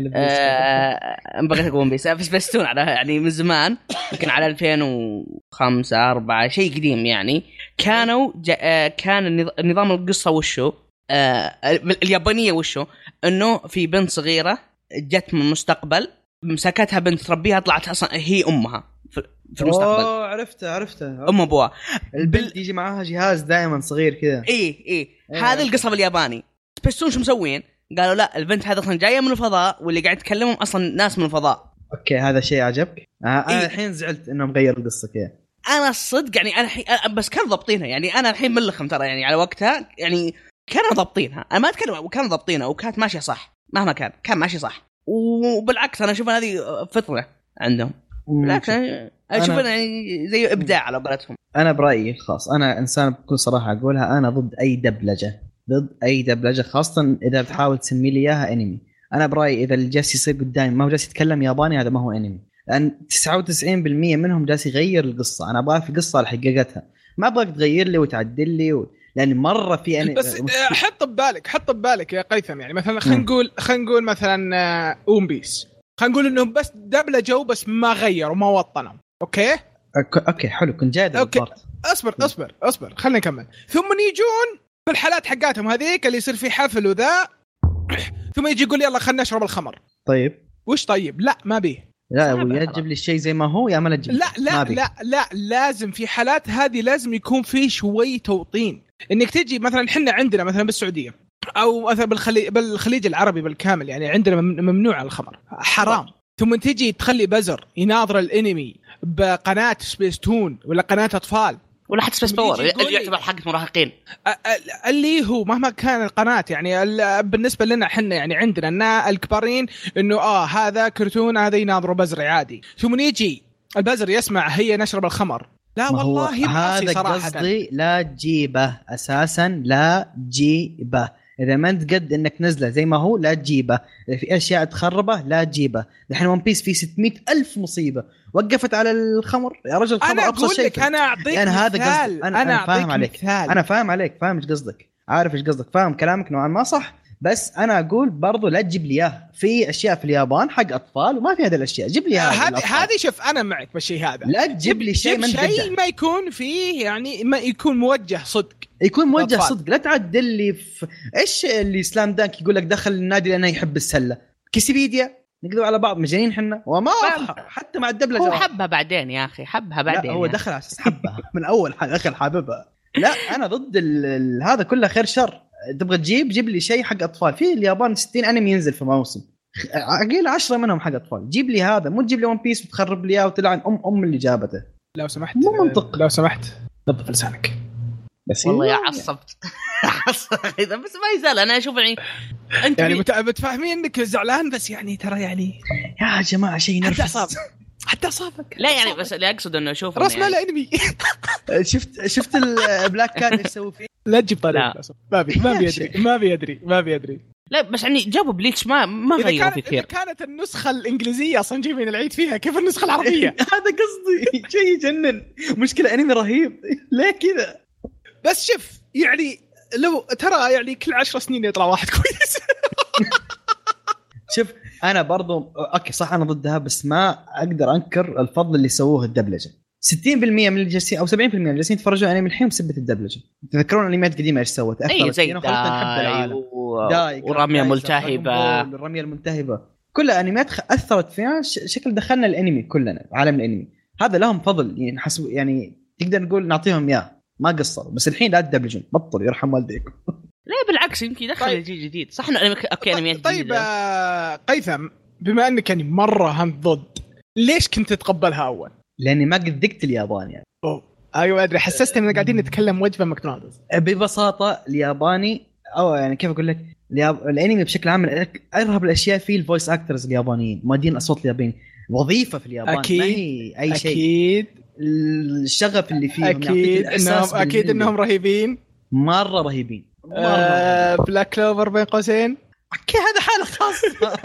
آه بغيت اقول بس في سبيستون على يعني من زمان يمكن على ألفين وخمسة أربعة شيء قديم يعني كانوا آه كان النظ- نظام القصه وشو آه اليابانيه وشو انه في بنت صغيره جت من المستقبل مسكتها بنت تربيها طلعت اصلا هي امها في في المستقبل اوه عرفته عرفته ام ابوها البنت يجي معاها جهاز دائما صغير كذا ايه ايه إيه. هذه القصه بالياباني. سبيستون شو مسوين؟ قالوا لا البنت هذه اصلا جايه من الفضاء واللي قاعد يتكلمهم اصلا ناس من الفضاء. اوكي هذا شيء عجبك آه انا إيه. الحين زعلت انهم غيروا القصه كذا. انا الصدق يعني انا الحين بس كانوا ضابطينها يعني انا الحين ملخم ترى يعني على وقتها يعني كانوا ضابطينها انا ما اتكلم وكانوا ضابطينها وكانت ماشيه صح مهما كان كان ماشي صح وبالعكس انا اشوف هذه فطره عندهم بالعكس اشوف أنا- يعني زي ابداع على قولتهم. انا برايي الخاص انا انسان بكل صراحه اقولها انا ضد اي دبلجه ضد اي دبلجه خاصه اذا بتحاول تسمي لي اياها انمي. انا برايي اذا اللي جالس يصير قدامي ما هو جالس يتكلم ياباني هذا ما هو انمي لان تسعة وتسعين بالمية منهم جالس يغير القصه. انا ابغى في قصه حققتها ما ابغاك تغير لي وتعدل لي و... لان مره في انمي بس آه، حط ببالك حط ببالك يا قيثم يعني مثلا خلينا نقول خلينا نقول مثلا آه، اون بيس خلينا نقول انهم بس دبلجوا بس ما غيروا ما وطنوا اوكي أوك- اوكي حلو كنت جاهد أوكي. البارت. اصبر اصبر اصبر خلينا نكمل ثم يجون في الحالات حقاتهم هذيك اللي يصير في حفل وذا ثم يجي يقول يلا خلينا نشرب الخمر طيب وش طيب لا ما بيه لا صعب يا خلاص. تجيب لي الشيء زي ما هو يا ما لا تجيب لا ما لا بي. لا لا لازم في حالات هذه لازم يكون في شوي توطين انك تجي مثلا احنا عندنا مثلا بالسعوديه او مثلا بالخليج بالخليج العربي بالكامل يعني عندنا مم- ممنوع الخمر حرام ثم تجي تخلي بزر يناظر الانمي بقناه سبيستون ولا قناه اطفال ولا حتى سبيس باور يجي يقول اللي لي- يعتبر حق مراهقين. أ- أ- اللي هو مهما كان القناه يعني ال- بالنسبه لنا احنا يعني عندنا النا الكبارين انه اه هذا كرتون هذا يناظروا بزري عادي ثم يجي البزر يسمع هي نشرب الخمر لا ما هو والله معصي هذا صراحه قصدي لا تجيبه اساسا لا تجيبه اذا ما انت قد انك نزله زي ما هو لا تجيبه. اذا في اشياء تخربه لا تجيبه. الحين ون بيس في ستمائة ألف مصيبه وقفت على الخمر يا رجل الخمر انا ابسط اقول شيء لك انا اعطيك يعني هذا مثال قصدي. أنا- أنا أعطيك فاهم عليك. مثال. انا فاهم عليك فاهم ايش قصدك عارف ايش قصدك فاهم كلامك نوعا ما صح بس انا اقول برضو لا تجيب لي اياه في اشياء في اليابان حق اطفال وما في هذه الاشياء جيب لي هذا هذه للأطفال. هذه شوف انا معك بالشيء هذا لا تجيب لي شيء جيب من شيء قده ما يكون فيه يعني ما يكون موجه صدق يكون موجه أطفال. صدق لا تعدل لي في ايش اللي سلام دانك يقول لك دخل النادي لانه يحب السله كيسيبيديا نقدروا على بعض مجانين حنا وما واضحة. حتى مع الدبلجه هو حبها بعدين يا اخي حبها بعدين لا هو يعني. دخل على اساس حبها من اول دخل حاببها. لا انا ضد ال... ال... هذا كله خير شر. تبغى تجيب جيب لي شيء حق اطفال في اليابان ستين انمي ينزل في موسم اقل عشرة منهم حق اطفال جيب لي هذا مو تجيب لي ون بيس وتخرب لي اياه وتلعن ام ام اللي جابته. لو سمحت مو منطق. لو سمحت نظف لسانك بس والله يا يعني- عصبت بس ما يزال انا اشوف يعني انت يعني بي... مت- متفاهمين انك زعلان بس يعني ترى يعني يا جماعه شيء حتى نرفز. اصابك حتى اصابك لا يعني بس اللي اقصد انه اشوف راس إنه مال يعني... انمي شفت شفت البلاك كان ايش يسوي فيه لا تجيب طريق لا. ما بي ما بيدري ما بيدري ما بيدري لا بس يعني جابوا بليتش ما ما إذا غيروا كانت, في إذا كثير. كانت النسخة الإنجليزية أصلا جايبين العيد فيها كيف النسخة العربية هذا قصدي شيء يجنن مشكله انمي رهيب ليه كذا. بس شوف يعني لو ترى يعني كل عشر سنين يطلع واحد كويس شوف انا برضو اوكي صح انا ضدها بس ما اقدر انكر الفضل اللي سووه الدبلجه ستين بالمية من اللي جالسين او سبعين بالمية من اللي جالسين يتفرجوا انمي الحين بسبب الدبلجه. تذكرون انميات قديمه ايش سوت؟ اي زي فينا وخلتنا نحب العالم. و... داي ورميه ملتهبه الرميه الملتهبه كلها انميات اثرت فينا ش... شكل دخلنا الانمي كلنا عالم الانمي. هذا لهم فضل يعني حسب يعني تقدر نقول نعطيهم اياه ما قصروا. بس الحين لا تدبلجون بطلوا يرحم والديكم. لا بالعكس يمكن يدخل طيب. الجيل الجديد صح انه اوكي انميات طيب جديدة. آه قيثم بما انك يعني مره هم ضد ليش كنت تتقبلها اول؟ لاني ما قد ذقت الياباني يعني. أوه. ايوه ادري حسست اننا قاعدين نتكلم وجبه ماكدونالدز. ببساطه الياباني او يعني كيف اقول لك الياب... الانمي بشكل عام ارهب الاشياء فيه الفويس اكترز اليابانيين مادين اصوات اليابانيين وظيفه في اليابان أكيد. ما هي اي شيء اكيد الشغف اللي فيهم اكيد انهم اكيد انهم رهيبين مره رهيبين مرة آه بلاك كلوفر بين قوسين اوكي هذا حاله خاصه.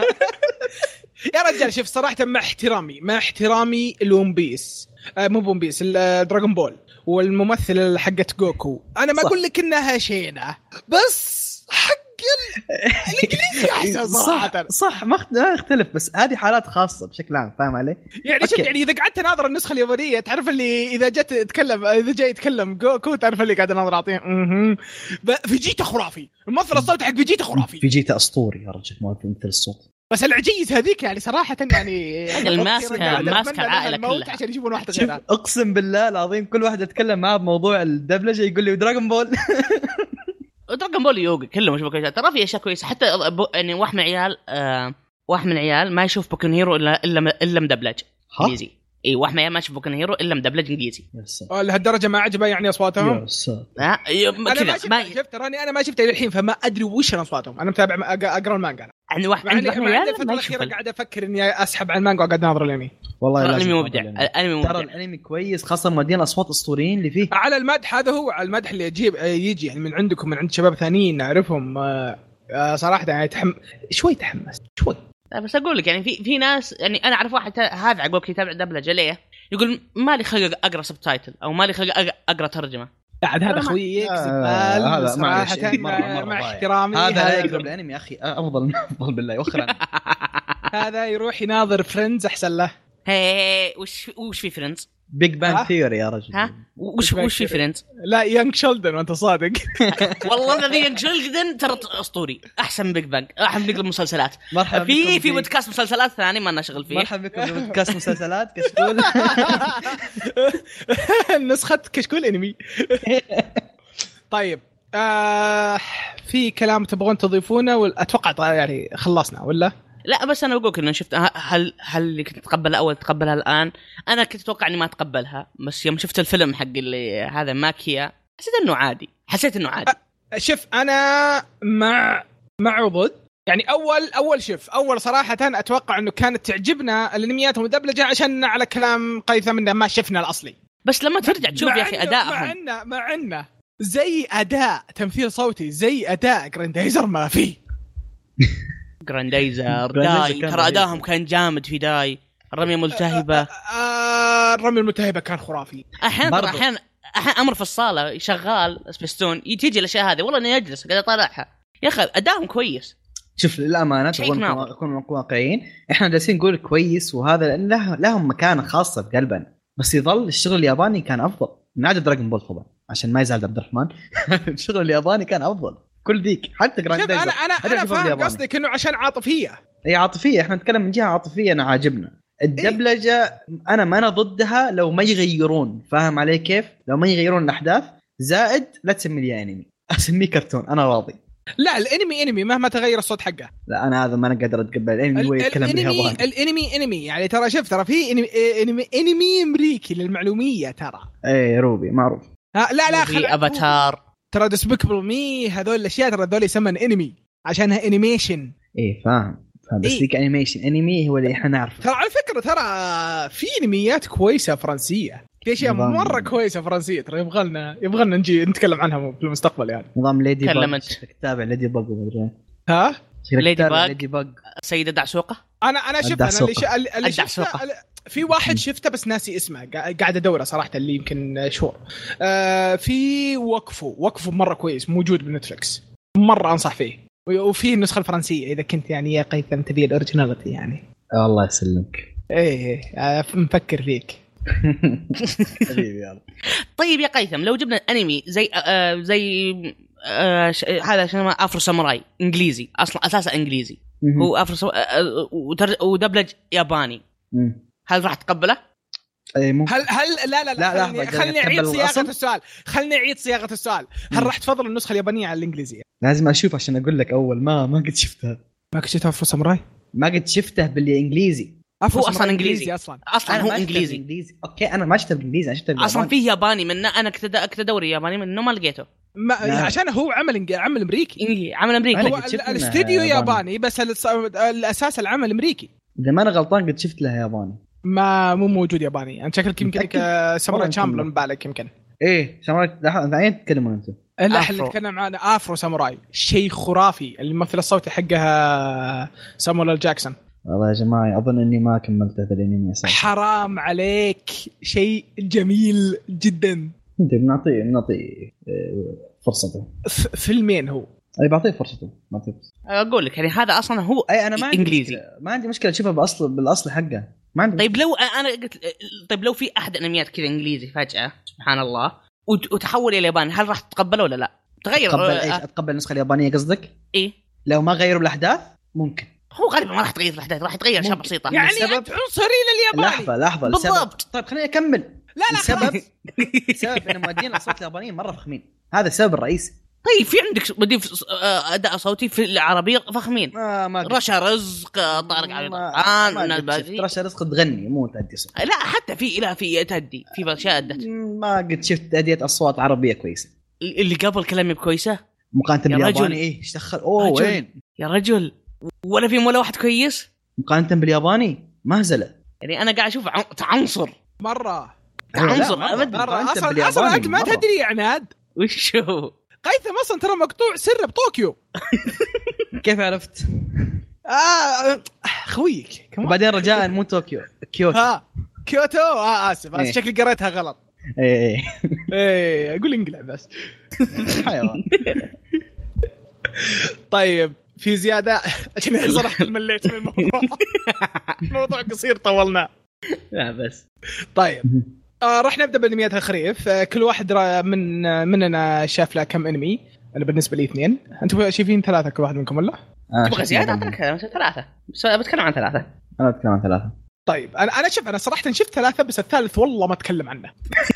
يا رجال شوف صراحه مع احترامي مع احترامي الون بيس آه مو بون بيس الدراغون بول والممثل حقت جوكو انا ما اقول لك انها شينه بس حق الانجليزي احسن صراحه. صح ما اختلف بس هذه حالات خاصه بشكل عام فاهم علي يعني شوف يعني اذا قعدت ناظر النسخه اليابانيه تعرف اللي اذا جت تتكلم اذا جاي يتكلم جوكو تعرف اللي قاعد ناظر اعطيه اها فيجيتا خرافي الممثل الصوت حق فيجيتا خرافي فيجيتا اسطوري يا رجل ما في مثل الصوت بس العجيز هذيك يعني صراحه يعني الماسكه الماسكه العائله كلها عشان يجيبون واحده غيرها. اقسم بالله العظيم كل واحد اتكلم معاه بموضوع الدبلجه يقول لي دراغون بول دراغون بول يوغا كله مش بوكو ترى في اشياء كويسه حتى يعني واحد من عيال آه واحد من عيال ما يشوف بوكو هيرو الا الا الا مدبلج انجليزي. اي واحد من عيال ما يشوف بوكو هيرو الا مدبلج انجليزي. لهالدرجه ما عجبه يعني اصواتهم؟ لا كذا ما شفت تراني انا ما شفته للحين فما ادري وش اصواتهم. انا متابع اقرا المانجا عندي واحد عندي واحد من عيال الفتره الاخيره قاعد افكر اني اسحب على المانجا وقاعد اناظر الانمي. والله الانمي مبدع الانمي مبدع ترى الانمي كويس خاصه مودين اصوات اسطوريين اللي فيه على المدح. هذا هو على المدح اللي يجيب يجي يعني من عندكم من عند شباب ثانيين نعرفهم صراحه يعني تحم... شوي تحمس شوي. بس اقول لك يعني في في ناس يعني انا اعرف واحد هذا عقب يتابع دبلجه ليه يقول ما لي خلق اقرا سبتايتل او ما لي خلق اقرا ترجمه. بعد هذا خويي يكذب هذا صراحه مع احترامي هذا لا يقرب الانمي يا اخي افضل افضل بالله وخرا هذا يروح يناظر فريندز احسن له. هي وش وش في فريندز بيج بان ثيوري يا رجل. ها وش وش في فريندز؟ لا يانج شيلدن وانت صادق. والله الذي يانج شيلدن ترى اسطوري احسن من بيج بانج احسن من المسلسلات. في في بودكاست مسلسلات ثاني ما نشغل فيه. مرحبا بكم في بودكاست مسلسلات كشكول. نسخه كشكول انمي. طيب آه في كلام تبغون تضيفونه واتوقع يعني خلصنا ولا لا؟ بس انا بقولك انه شفت هل هل اللي كنت تقبلها اول تقبلها الان. انا كنت اتوقع اني ما اتقبلها بس يوم شفت الفيلم حق اللي هذا ماكيا حسيت انه عادي حسيت انه عادي. شوف انا مع مع وضد يعني اول اول شوف اول صراحه اتوقع انه كانت تعجبنا الانميات المدبلجه عشان على كلام قيثم انه ما شفنا الاصلي. بس لما ترجع تشوف يا اخي ادائهم مع عنا مع عنا زي اداء تمثيل صوتي زي اداء جراندايزر ما فيه. جراندايزر داي ترى ادائهم كان جامد في داي. الرميه ملتهبه آه الرميه الملتهبه كان خرافي. احيانا احيانا احيانا امر في الصاله شغال سبيستون تيجي الاشياء هذه والله اني اجلس قاعد اطالعها يا اخي ادائهم كويس. شوف للامانه نكون واقعيين احنا جالسين نقول كويس وهذا لان له لهم مكانه خاصه في قلبنا بس يظل الشغل الياباني كان افضل من عاد دراغون بول طبعا عشان ما يزعل عبد الرحمن. الشغل الياباني كان افضل كل ذيك حتى جراندايزر. انا انا انا فاهم قصدك انه عشان عاطفيه. هي عاطفيه احنا نتكلم من جهه عاطفيه انا عاجبنا. الدبلجه انا ما انا ضدها لو ما يغيرون فاهم علي كيف لو ما يغيرون الاحداث زائد لا تسمي لي انمي اسميه كرتون انا راضي. لا الانمي انمي مهما تغير الصوت حقه. لا انا هذا ما انا قادر اتقبل الانمي هو يتكلم بالياباني. الانمي انمي يعني ترى شوف ترى في انمي انمي, انمي امريكي للمعلوميه ترى. اي روبي معروف. ها لا لا خل افاتار ترى ديسبيكابل مي هذول الاشياء ترى هذول يسمون انمي عشانها انيميشن. ايه فاهم فاهم بس ذيك إيه؟ انيميشن انمي هو اللي احنا نعرفه. ترى على فكره ترى في انميات كويسه فرنسيه في اشياء مره كويسه فرنسيه ترى يبغى لنا يبغى لنا نجي نتكلم عنها في المستقبل يعني. نظام ليدي باج تتابع ليدي باج ولا ها ليدي باج ليدي باج سيدة دعسوقة. انا انا شفت انا اللي, ش... اللي شفته في واحد شفته بس ناسي اسمه قاعد ادوره صراحه اللي يمكن شهور. آه في وقفه وقفه مره كويس موجود بنتفلكس مره انصح فيه وفيه النسخه الفرنسيه اذا كنت يعني يا قيثم تبي الاوريجيناليتي يعني. الله يسلمك. ايه مفكر فيك طيب يا قيثم لو جبنا انمي زي آه زي آه ش... هذا شنو افرو ساموراي انجليزي اصلا اساسا انجليزي هو افرو سو... آه وتر... ودبلج ياباني هل راح تقبله؟ هل هل لا لا لا خلني, خلني اعيد صياغه السؤال خلني اعيد صياغه السؤال هل راح تفضل النسخه اليابانيه على الانجليزيه؟ لازم اشوف عشان اقول لك اول ما ما قد شفتها ما قد شفتها افرو ساموراي ما قد شفته بالانجليزي هو اصلا انجليزي اصلا اصلا هو انجليزي انجليزي اوكي انا ما شفته بالانجليزي انا شفته اصلا فيه ياباني منه انا كنت كنت دوري ياباني منه ما لقيته ما عشان هو عمل عمل امريكي عمل امريكي هو الاستديو ياباني بس الاساس العمل امريكي اذا ما انا غلطان قد شفت له ياباني ما مو موجود ياباني انا شكلك يمكن ساموراي تشامبلون بالك يمكن ايه ساموراي الحين تتكلمون انتم لا احنا نتكلم عن افرو ساموراي شيء خرافي الممثل الصوتي حقها سامويل جاكسون والله يا جماعه اظن اني ما كملت هذا الانمي اساسا حرام عليك شيء جميل جدا انت بنعطيه بنعطيه فرصته فيلمين هو اي بعطيه فرصته ما تبس اقول لك يعني هذا اصلا هو اي انا ما عندي انجليزي مشكلة. ما عندي مشكله اشوفه باصل بالاصل حقه ما عندي طيب لو انا قلت طيب لو في احد انميات كذا انجليزي فجاه سبحان الله وتحول الى اليابان هل راح تتقبله ولا لا؟ تغير اتقبل ايش اتقبل النسخه اليابانيه قصدك؟ ايه لو ما غيروا الاحداث ممكن هو غالبا ما راح تغير الاحداث راح تغير اشياء بسيطه يعني عنصري للياباني لحظه لحظه بالضبط طيب خليني اكمل لا لا السبب السبب ان مؤدين الاصوات اليابانيين مره فخمين هذا السبب الرئيسي طيب في عندك مدير اداء صوتي في العربيه فخمين آه ما رشا رزق طارق عبد الباقي رشا رزق تغني مو تأدي صوت لا حتى في لا في تأدي في اشياء ادت ما قد شفت تأدية اصوات عربيه كويسه اللي قبل كلامي بكويسه مقارنه بالياباني ايه ايش دخل اوه وين يا رجل ولا في ولا واحد كويس مقارنه بالياباني مهزله يعني انا قاعد اشوف تعنصر مره تعنصر مرة اصلا اصلا انت ما تدري يا عناد وش هو قيثم اصلا ترى مقطوع سر بطوكيو كيف عرفت؟ اه خويك وبعدين رجاء مو طوكيو كيوتو ها كيوتو اه اسف إيه. شكلي قريتها غلط ايه ايه ايه اقول انقلع بس حيوان طيب في زياده عشان صراحه مليت من الموضوع الموضوع قصير طولنا لا بس طيب آه راح نبدا بالانميات الخريف آه كل واحد من مننا شاف له كم انمي انا بالنسبه لي اثنين انتم شايفين ثلاثه كل واحد منكم ولا آه تبغى زياده اعطيك ثلاثه بس بتكلم عن ثلاثه انا بتكلم عن ثلاثه طيب انا انا شوف انا صراحه شفت ثلاثه بس الثالث والله ما اتكلم عنه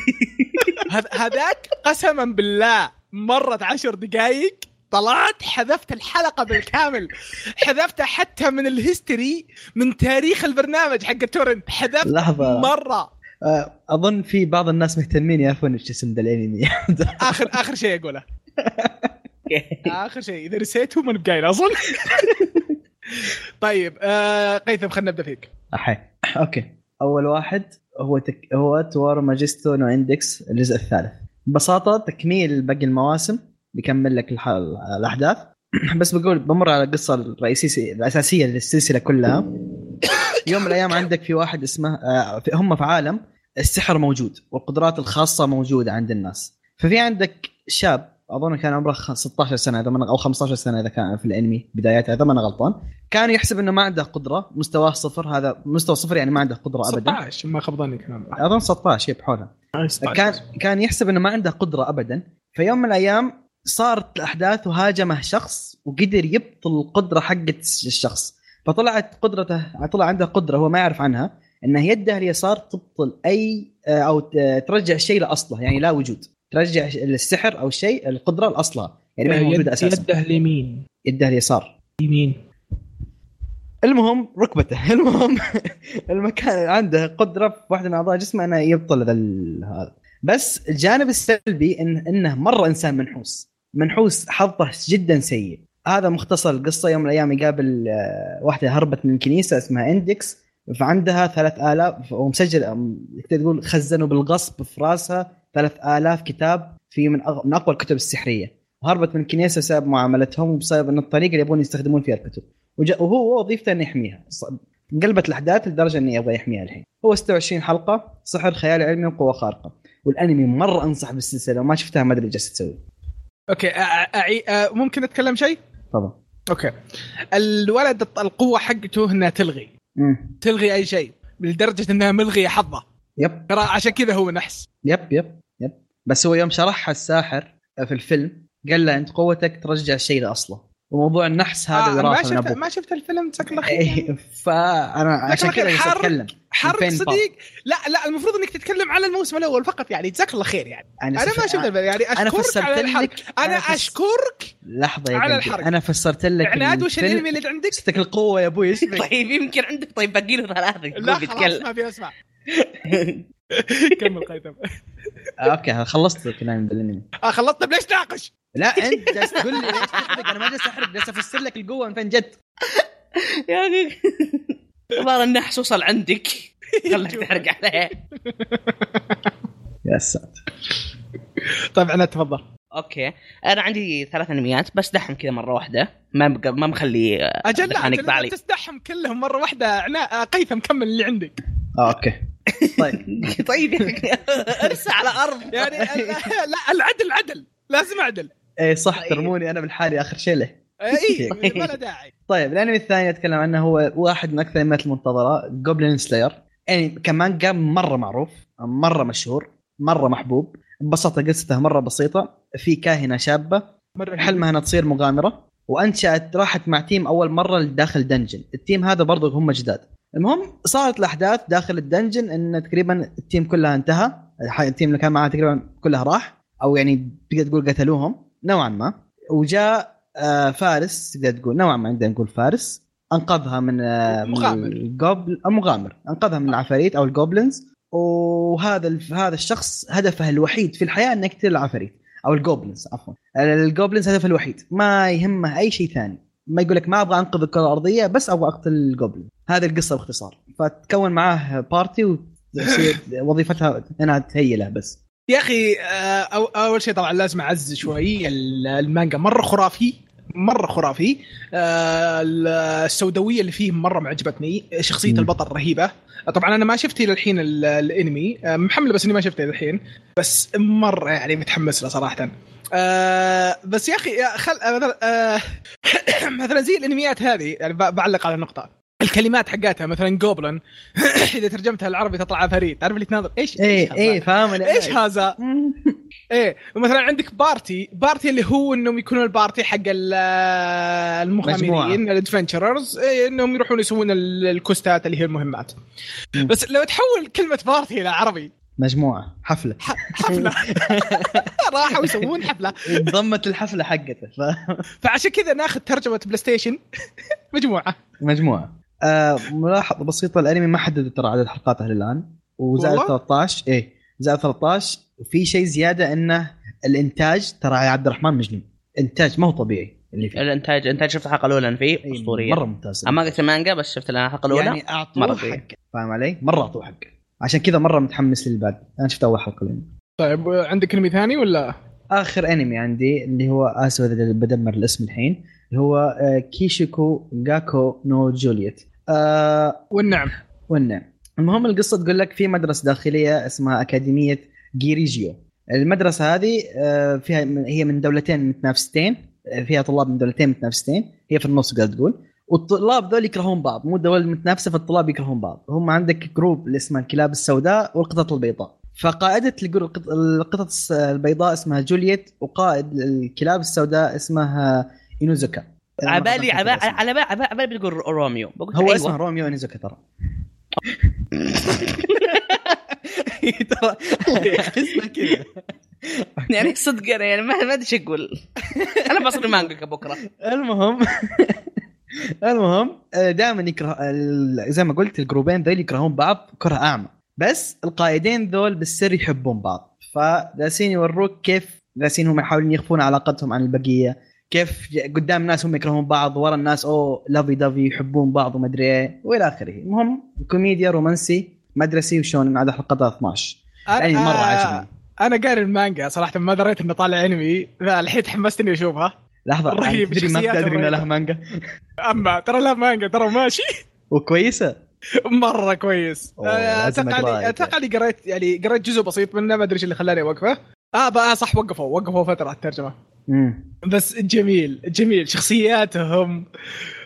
هذاك قسما بالله مرت عشر دقائق طلعت حذفت الحلقه بالكامل حذفتها حتى من الهيستوري من تاريخ البرنامج حق التورنت حذفت لحظة. مره اظن في بعض الناس مهتمين يعرفون ايش اسم ذا الانمي اخر اخر شيء اقوله اخر شيء اذا نسيته من بقايل اظن طيب آه قيثم خلينا نبدا فيك احي اوكي اول واحد هو تك... هو توارو ماجستو نو اندكس الجزء الثالث ببساطه تكميل باقي المواسم بيكمل لك الح... الاحداث بس بقول بمر على القصه الرئيسيه الاساسيه للسلسله كلها. يوم من الايام عندك في واحد اسمه آه هم في عالم السحر موجود والقدرات الخاصه موجوده عند الناس. ففي عندك شاب اظن كان عمره ستة عشر سنه اذا من او خمسة عشر سنه اذا كان في الانمي بدايته اذا ما انا غلطان كان يحسب انه ما عنده قدره مستواه صفر. هذا مستوى صفر يعني ما عنده قدره ابدا. ستة عشر ما خبضني كلام اظن ستة عشر شيء بحولها. كان كان يحسب انه ما عنده قدره ابدا. في يوم من الايام صارت الاحداث وهاجمه شخص وقدر يبطل القدره حقت الشخص. فطلعت قدرته طلع عنده قدره هو ما يعرف عنها انه يده اليسار تبطل اي او ترجع الشيء لاصله يعني لا وجود ترجع السحر او الشيء القدره لاصلها يعني ما موجوده اساسا. يده اليمين يده اليسار يمين. المهم ركبته المهم المكان عنده قدره في واحده من اعضاء جسمه انه يبطل هذا. بس الجانب السلبي إن انه مره انسان منحوس منحوس حظه جدا سيء. هذا مختصر القصه. يوم من الايام يقابل واحده هربت من الكنيسه اسمها اندكس فعندها ثلاث آلاف ومسجل تقول خزنوا بالغصب في راسها ثلاث آلاف كتاب في من, أغ... من أقوى الكتب السحرية. وهربت من الكنيسة بسبب معاملتهم وبسبب أن الطريقة اللي يبون يستخدمون فيها الكتب وج... وهو وظيفته أن يحميها. قلبت الأحداث لدرجة أنه يبغى يحميها الحين. هو ستة وعشرين حلقة سحر خيال علمي وقوة خارقة والأنمي مرة أنصح بالسلسلة وما شفتها ما أدري جالس تسوي. أوكي أعي... أ... ممكن أتكلم شيء؟ طبعا. أوكي الولد القوة حقته أنها تلغي م. تلغي أي شيء لدرجة أنها ملغية حظه يب ترى عشان كذا هو نحس. يب يب يب بس هو يوم شرحها الساحر في الفيلم قال له انت قوتك ترجع الشيء لاصله، وموضوع النحس هذا آه وراثه من ابوك. ما شفت الفيلم شكله خير إيه فانا عشان كذا اتكلم حرق صديق. لا لا المفروض انك تتكلم على الموسم الاول فقط يعني. جزاك الله خير يعني. انا, أنا ما شفت الفيلم يعني. أنا اشكرك على الحرق. انا, أنا فس... اشكرك لحظه يا على قلبي. الحرق. انا فسرت لك عناد وش الانمي اللي عندك؟ ستك القوه يا ابوي. طيب يمكن عندك طيب باقي له ثلاثه. لا خلاص ما في اسمع. كمل قيثم. اوكي خلصت كلام بالانمي. اه خلصت. ليش تناقش؟ لا انت جالس تقول لي ليش تحرق. انا ما جالس احرق جالس افسر لك القوه من فين جت يا اخي. تبغى النحس وصل عندك خلك تحرق عليه. يا ساتر. طيب انا تفضل. اوكي انا عندي ثلاث انميات بس دحم كذا مره واحده ما بق... ما مخلي اجل لا تستحم كلهم مره واحده. انا قيثم كمل اللي عندك. آه اوكي طيب طيب ارسى على ارض يعني. لا العدل عدل لازم اعدل. ايه صح ترموني انا بالحالي اخر شيء له. اي ما له داعي. طيب الانمي الثاني اتكلم عنه هو واحد من اكثر الانميات المنتظره جوبلين سلاير. يعني كمان قام مره معروف مره مشهور مره محبوب. ببساطه قصته مره بسيطه. في كاهنه شابه حلمها انها تصير مغامره وانشات راحت مع تيم اول مره لداخل دنجن. التيم هذا برضه هم جداد. المهم صارت الاحداث داخل الدنجن ان تقريبا التيم كلها انتهى. التيم اللي كان معها تقريبا كلها راح او يعني تقدر تقول قتلوهم نوعا ما. وجاء فارس تقدر تقول نوعا ما نقدر نقول فارس انقذها من مغامر الجوبل مغامر انقذها من العفاريت او الجوبلينز. وهذا هذا الشخص هدفه الوحيد في الحياه انه يقتل العفاريت او الجوبلينز عفوا. الجوبلينز هدفه الوحيد ما يهمه اي شيء ثاني. ما يقولك ما ابغى انقذ الكره الارضيه بس ابغى اقتل الجوبلين. هذه القصه باختصار. فتكون معاه بارتي وتصير وظيفتها انها تهيله بس. يا اخي أو اول شيء طبعا لازم اعزز شوي المانجا مره خرافي مره خرافي. السوداويه اللي فيه مره معجبتني. شخصيه م. البطل رهيبه. طبعا انا ما شفت للحين الانمي محمله بس اني ما شفته للحين بس مره يعني متحمس له صراحه. آه بس يا اخي خل آه مثلا زي الانميات هذه يعني بعلق على النقطه. الكلمات حقتها مثلا جوبلن اذا ترجمتها العربي تطلع عفاريت. تعرف اللي تناظر ايش ايه ايه فاهم ايش هذا. ايه ومثلا عندك بارتي بارتي اللي هو انهم يكونوا البارتي حق المغامرين الادفنتشررز. إيه انهم يروحون يسوون الكوستات اللي هي المهمات. بس لو تحول كلمه بارتي الى عربي مجموعه حفله حفله راحوا يسوون حفله ضمت الحفله حقته ف... فعشان كذا ناخذ ترجمه بلاي ستيشن مجموعه مجموعه. آه ملاحظه بسيطه الانمي ما حدد ترى عدد حلقاته الان وزائد ثلاثة عشر. ايه زائد ثلاثة عشر. وفي شيء زياده انه الانتاج ترى يا عبد الرحمن مجنون. انتاج ما هو طبيعي اللي فيه. الانتاج انتاج شفت الحلقه الاولى فيه اسطوريه مره ممتاز. اما قلت المانجا بس شفت الحلقه الاولى يعني اعطوه حق. فاهم علي مره اعطوه حق. عشان كذا مره متحمس للبعد. انا شفت اول حلقه لين. طيب عندك انمي ثاني ولا اخر انمي عندي اللي هو اسود اللي بدمر الاسم الحين اللي هو كيشيكو غاكو نو جولييت. آه والنعم والنعم. المهم القصه تقول لك في مدرسه داخليه اسمها اكاديميه جيريجيو. المدرسه هذه فيها هي من دولتين متنافستين. فيها طلاب من دولتين متنافستين. هي في النص قاعد تقول والطلاب ذول يكرهون بعض. مو دول متنافسه فالطلاب يكرهون بعض. هم عندك جروب اللي اسمه الكلاب السوداء والقطط البيضاء. فقائده القطط البيضاء اسمها جولييت وقائد الكلاب السوداء اسمها إينوزوكا. عبالي عبالي على عبالي بتقول روميو. هو أيوة. اسمه روميو إينوزوكا ترى. ترى اسمه كذا يعني صدق انا يعني ما ادري ايش اقول. انا بصير مانجا بكره. المهم المهم دائما يكره زي ما قلت الجروبين ذول يكرهون بعض كره اعمى. بس القائدين ذول بالسر يحبون بعض. فداسين يوروك كيف داسين هم يحاولون يخفون علاقتهم عن البقيه. كيف قدام الناس هم يكرهون بعض ورا الناس او لافي دافي يحبون بعض وما ادري ايه والى اخره. المهم كوميديا رومانسي مدرسي وشون عاد حلقتها اثنا عشر. يعني مره عجبني. انا قاري المانجا صراحه ما دريت انه طالع انمي. الحين تحمستني اشوفها. لحظه تدري ما تدري انه له مانجا. اما ترى له مانجا ترى ماشي وكويسه مره كويس. اتوقع اتوقع لي قريت يعني قريت جزء بسيط منه ما ادري ايش اللي خلاني اوقفه. اه بقى صح وقفوا وقفوا فتره الترجمه. مم. بس جميل جميل شخصياتهم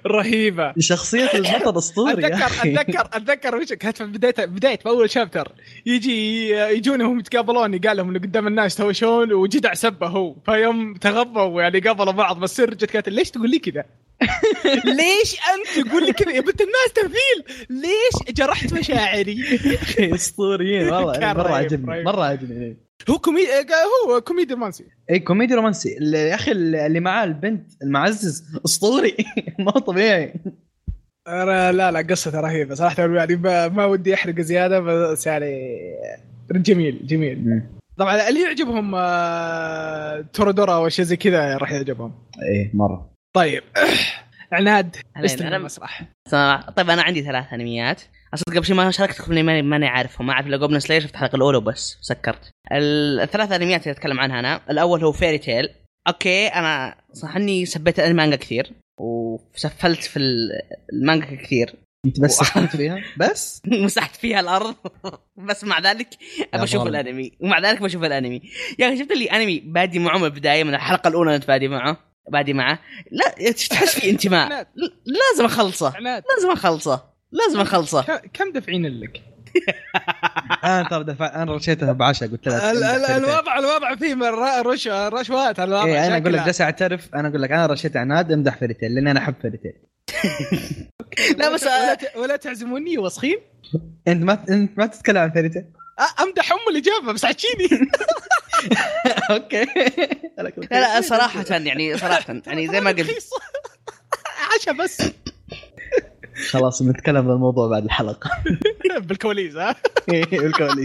رهيبه شخصيه البطل اسطوري. اتذكر اتذكر اتذكر وش كانت في بدايه بدايه في اول شابتر يجي يجونهم يتقابلون قال لهم اللي قدام الناس تو شلون وجدع سبه هو فيوم تغضبوا يعني قابلوا بعض بس رجت كانت ليش تقول لي كذا ليش انت تقول لي كذا يا بنت الناس تمثيل ليش جرحت مشاعري اسطوريين والله مره عجبني مره عجبني. هو كوميدي هو كوميدي رومانسي اي كوميدي رومانسي يا اخي اللي معاه البنت المعزز اسطوري ما طبيعي. لا لا قصة رهيبة صراحة يعني ما ودي أحرق زيادة بس يعني جميل جميل م. طبعا اللي يعجبهم تورودورا وشيء زي كذا راح يعجبهم ايه مرة. طيب عناد استلم المسرح. طيب أنا عندي ثلاث أنميات أصدق قبل شيء ما شاركتكم إني ماني ماني عارفهم ما أعرف إلا جوبلن سلاير شفت الحلقة الأولى وبس سكرت. الثلاث أنميات اللي أتكلم عنها أنا الأول هو فيري تيل. أوكي أنا صح إني سبيت المانجا كثير وسفلت في المانجا كثير انت بس سفلت فيها بس مسحت فيها الارض بس مع ذلك ابى اشوف الانمي ومع ذلك بشوف الانمي يا اخي شفت اللي انمي بادي معه من البدايه من الحلقه الاولى انت بادي معه بادي معه لا تحس في انتماء لازم اخلصه لازم اخلصه لازم اخلصه كم دفعين لك انا ترى دفع انا رشيتها بعشرة قلت لها الوضع الوضع فيه رش رشوات الوضع إيه انا اقول لك بس اعترف انا اقول لك انا رشيت عناد امدح فيريتيل لان انا احب فيريتيل. لا بس ولا, ولا تعزموني وسخين انت ما انت ما تتكلم عن فيريتيل امدح ام الاجابه بس عشيني اوكي. لا لا صراحه يعني صراحه يعني زي ما قلت عشا بس خلاص بنتكلم عن الموضوع بعد الحلقه بالكواليس ها بالكواليس.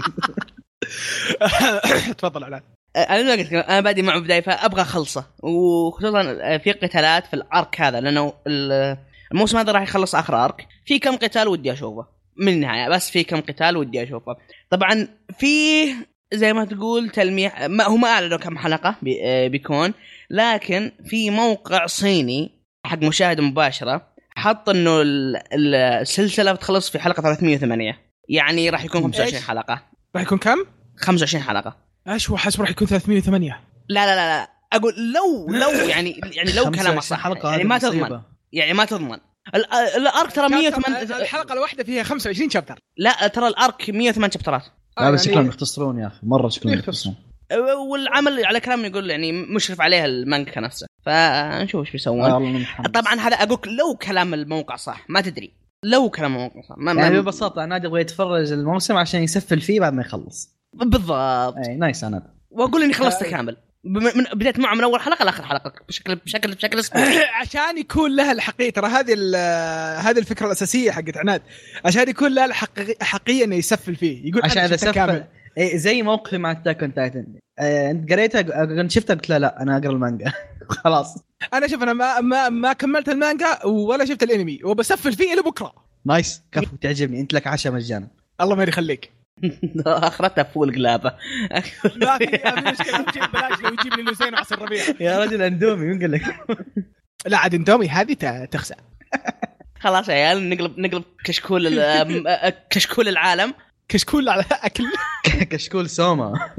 تفضل علاء. انا ما قلت انا بادي معه بدايه فابغى خلصه وخصوصا في قتالات في الارك هذا لانه الموسم هذا راح يخلص اخر ارك في كم قتال ودي اشوفه من النهايه بس في كم قتال ودي اشوفه. طبعا في زي ما تقول تلميح ما هو ما اعلنوا كم حلقه بيكون لكن في موقع صيني حق مشاهده مباشره حط انه السلسله بتخلص في حلقه ثلاثمية وثمانية يعني راح يكون خمسة وعشرين حلقه. راح يكون كم خمسة وعشرين حلقه ايش هو حسب راح يكون ثلاثمية وثمانية. لا لا لا لا اقول لو لو يعني يعني لو كلامه صح يعني ما تضمن يعني ما تضمن الارك ترى مية وثمانية الحلقه الواحده فيها خمسة وعشرين شابتر. لا ترى الارك مية وثمانية شابترات. لا بس شكلهم يختصرون يا اخي مره شكلهم يختصرون والعمل على كلام يقول يعني مشرف عليها المانجا نفسه فنشوف ايش بيسوون. طبعا هذا اقول لو كلام الموقع صح ما تدري لو كلام الموقع صح ما يعني ببساطه انا يبغى يتفرج الموسم عشان يسفل فيه بعد ما يخلص بالضبط. اي نايس انا واقول اني خلصت آه. كامل من بدايه معه من اول حلقه لاخر حلقه بشكل بشكل بشكل اسبوعي عشان يكون لها الحقيقه. ترى هذه هذه الفكره الاساسيه حقت عناد عشان يكون لها الحقيقيه انه يسفل فيه يقول عشان اذا سفل إيه زي موقفي مع أتاك أون تايتن. آه، انت قريتها قلت شفتها قلت لا لا انا اقرا المانجا خلاص. انا شوف انا ما ما, ما كملت المانجا ولا شفت الانمي وبسفل فيه الى بكره. نايس كفو تعجبني انت لك عشاء مجانا الله ما يخليك. اخرتها فول قلابه لا في مشكله نجيب بلاش لو يجيب لي لوزين وعسل ربيع يا رجل اندومي مين قال لك لا عاد اندومي هذه تخسع. خلاص يا عيال نقلب نقلب كشكول كشكول العالم كشكول على اكل كشكول سوما.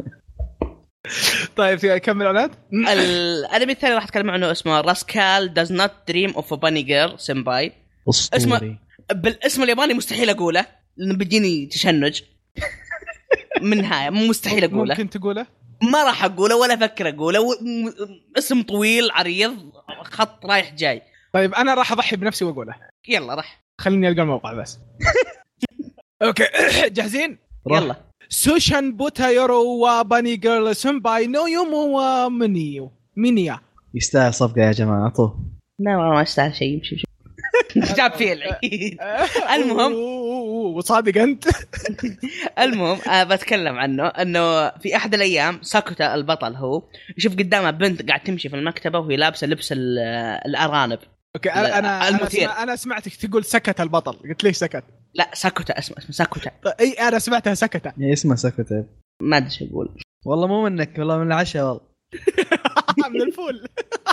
طيب في كمل اعلان. الانمي الثاني راح اتكلم عنه اسمه راسكال does not dream of a bunny girl سمباي. اسمه بالاسم الياباني مستحيل اقوله لأنه بيجيني تشنج من نهاية مستحيل أقوله. ممكن تقوله ما راح أقوله ولا أفكر أقوله اسم طويل عريض خط رايح جاي. طيب أنا راح أضحي بنفسي وأقوله. يلا راح خليني ألقى الموقع بس. أوكي جاهزين يلا. سوشان بوتايرو وباني جيرل سمباي نو يومو ومنيو مينيا. يستاهل صفقة يا جماعة أعطوه. لا ما يستاهل شيء يمشي جاب فيه العيد. المهم وصادق أنت. المهم أه بتكلم عنه أنه في أحد الأيام ساكوتا البطل هو يشوف قدامه بنت قاعد تمشي في المكتبة وهي لابسة لبس الأرانب. أوكي أنا المثير. أنا سمعتك تقول سكت البطل قلت ليش سكت. لا ساكوتا اسمه اسمه ساكوتا. أي أنا سمعتها سكتة. اسمه ساكوتا. ما أدري شو أقول. والله مو منك والله من العشاء والله. من الفول.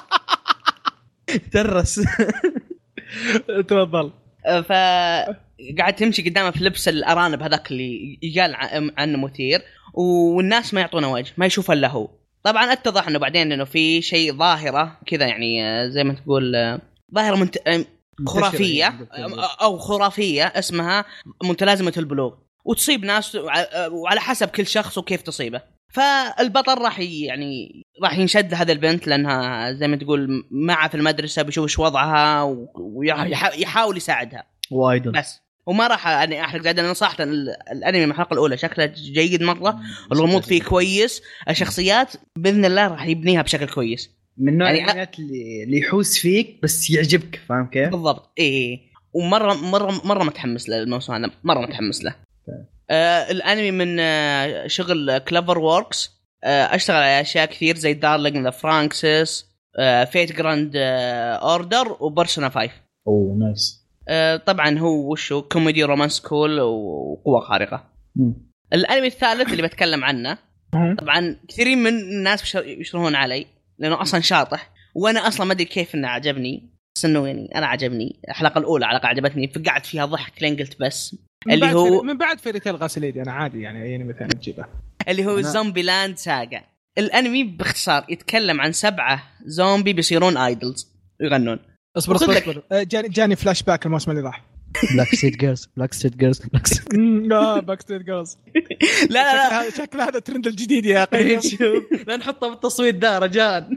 ترس. تفضل. فقاعد تمشي قدامه في لبس الأرانب هذاك اللي يقال عنه مثير والناس ما يعطونه وجه ما يشوف إلا هو. طبعا اتضح انه بعدين انه في شيء ظاهره كذا يعني زي ما تقول ظاهره منت... خرافيه او خرافيه اسمها متلازمه البلوغ، وتصيب ناس وعلى حسب كل شخص وكيف تصيبه. فالبطل راح يعني راح ينشد هذا البنت لانها زي ما تقول معه في المدرسه، بيشوف ايش وضعها ويحاول يساعدها وايد بس. وما راح يعني احرق زيادة، انا صراحه الانمي من الحلقه الاولى شكله جيد مره، الغموض فيه كويس، الشخصيات باذن الله راح يبنيها بشكل كويس، من نوع يعني الانميات اللي اللي يحوس فيك بس يعجبك، فاهم كيف؟ بالضبط. ايه ومره مره مره متحمس للموسم هذا، مره متحمس له. آه الانمي من آه شغل كليفر ووركس، آه اشتغل على اشياء كثير زي دارلينج ذا فرانكسس، آه فيت جراند آه اوردر وبرسونا خمسة. اوه نايس. آه طبعا هو وشو كوميدي رومانس كول وقوة خارقة. م. الانمي الثالث اللي بتكلم عنه طبعا كثيرين من الناس يشترون علي لانه اصلا شاطح، وانا اصلا ما ادري كيف انه عجبني، بس انه يعني انا عجبني. الحلقه الاولى على عجبتني، فقعدت فيها ضحك لين قلت بس. اللي هو من بعد فيريتيل غاسليدي انا عادي يعني يعني مثلا تجيبه، اللي هو زومبي لاند ساغا. الانمي باختصار يتكلم عن سبعة زومبي بيصيرون ايدلز يغنون. اصبر اصبر, أصبر. جاني جاني فلاش باك الموسم اللي راح. بلاك ستريت جيرلز بلاك ستريت جيرلز لا باك ستريت جيرلز لا لا لا شكل هذا الترند الجديد يا اخي. شوف لا نحطه بالتصويت ده رجاء.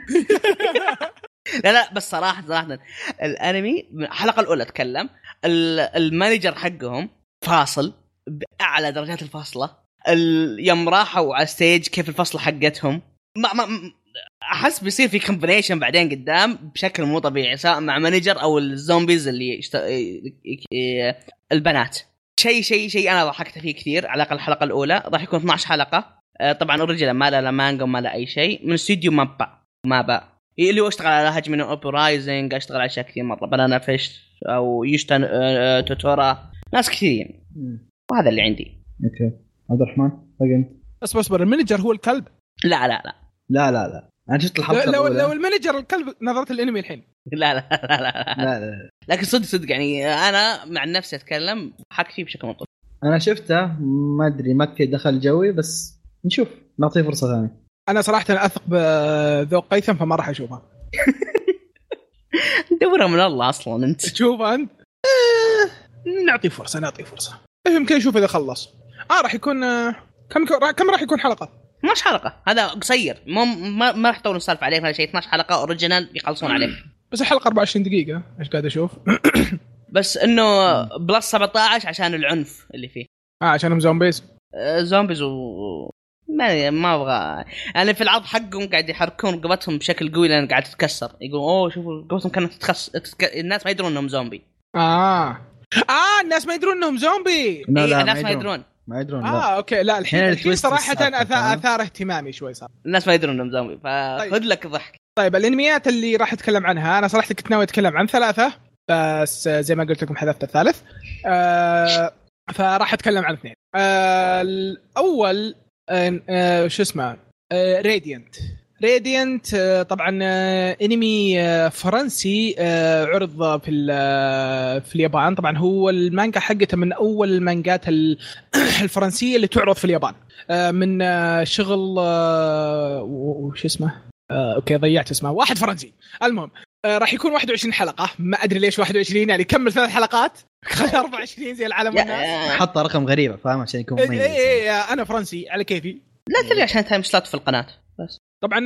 لا لا بس صراحه صراحه الانمي الحلقه الاولى اتكلم المانجر حقهم فاصل باعلى درجات الفاصله، يوم راحوا على ستيج كيف الفصل حقتهم ما ما احس بيصير في كومبينيشن بعدين قدام بشكل مو طبيعي، سواء مع مانجر او الزومبيز اللي يشت... البنات. شيء شيء شيء انا ضحكت فيه كثير. على الاقل الحلقه الاولى راح يكون اثناشر حلقه، طبعا اوريجينال ما لا مانجا وما لا اي شيء، من استوديو مابا مابا اللي هو اشتغل على هاجمي نو اوبرايزنج، اشتغل على اشياء كثير مره، بنانا فيش او يشتا توتورا، ناس كثير. وهذا اللي عندي. اوكي عبد الرحمن انت اصبر اصبر المانجر هو الكلب؟ لا لا لا لا لا لا انا شفت الحلقه لو الاولى. لو المانجر الكلب نظرت الانمي الحين. لا لا لا لا, لا, لا. لكن صدق صدق يعني انا مع نفسي اتكلم حق فيه بشكل مطلق. انا شفته ما ادري ما كنت دخل جوي، بس نشوف نعطيه فرصه ثانيه. انا صراحه اثق بذوق قيثم فما راح اشوفها. دورها من الله اصلا انت تشوف انت. نعطي فرصه نعطي فرصه يمكن نشوف اذا خلص. اه راح يكون كم كم راح يكون حلقه؟ اثناشر حلقه، هذا قصير مو ما, ما راح يطول السالفه عليه ولا شيء. اثناشر حلقه اوريجينال يخلصون عليه، بس الحلقه أربعة وعشرين دقيقه ايش قاعد اشوف. بس انه بلس سبعة عشر عشان العنف اللي فيه. اه عشانهم زومبيز. آه زومبيز و ما ما ابغى انا في العرض حقهم قاعد يحركون رقبتهم بشكل قوي لان قاعد تتكسر، يقول اوه شوفوا رقبتهم كانت تتخس تتك... الناس ما يدرون انهم زومبي. اه اه الناس ما يدرون انهم زومبي. إيه الناس ما يدرون ما يدرون اه لا. اوكي لا الحين, الحين صراحه أثار, اثار اهتمامي شوي صار. الناس ما يدرون انهم زومبي فخذ طيب. لك ضحك. طيب الانميات اللي راح اتكلم عنها انا صراحه كنت ناوي اتكلم عن ثلاثه بس زي ما قلت لكم حذفت الثالث. آه فراح اتكلم عن اثنين. آه الاول آه آه شو اسمه آه راديانت. راديانت آه طبعا آه انمي آه فرنسي آه عرض في في اليابان. طبعا هو المانجا حقته من اول المانجات الفرنسيه اللي تعرض في اليابان آه من آه شغل آه وش اسمه آه اوكي ضيعت اسمه واحد فرنسي. المهم آه راح يكون واحد وعشرين حلقه، ما ادري ليش واحد وعشرين يعني كمل ثلاث حلقات خلي أربعة وعشرين زي العالم والناس. حط رقم غريبه فاهم عشان يكون مميز. اي اي انا فرنسي على كيفي. لا تبي عشان تايم سلوت في القناه بس. طبعا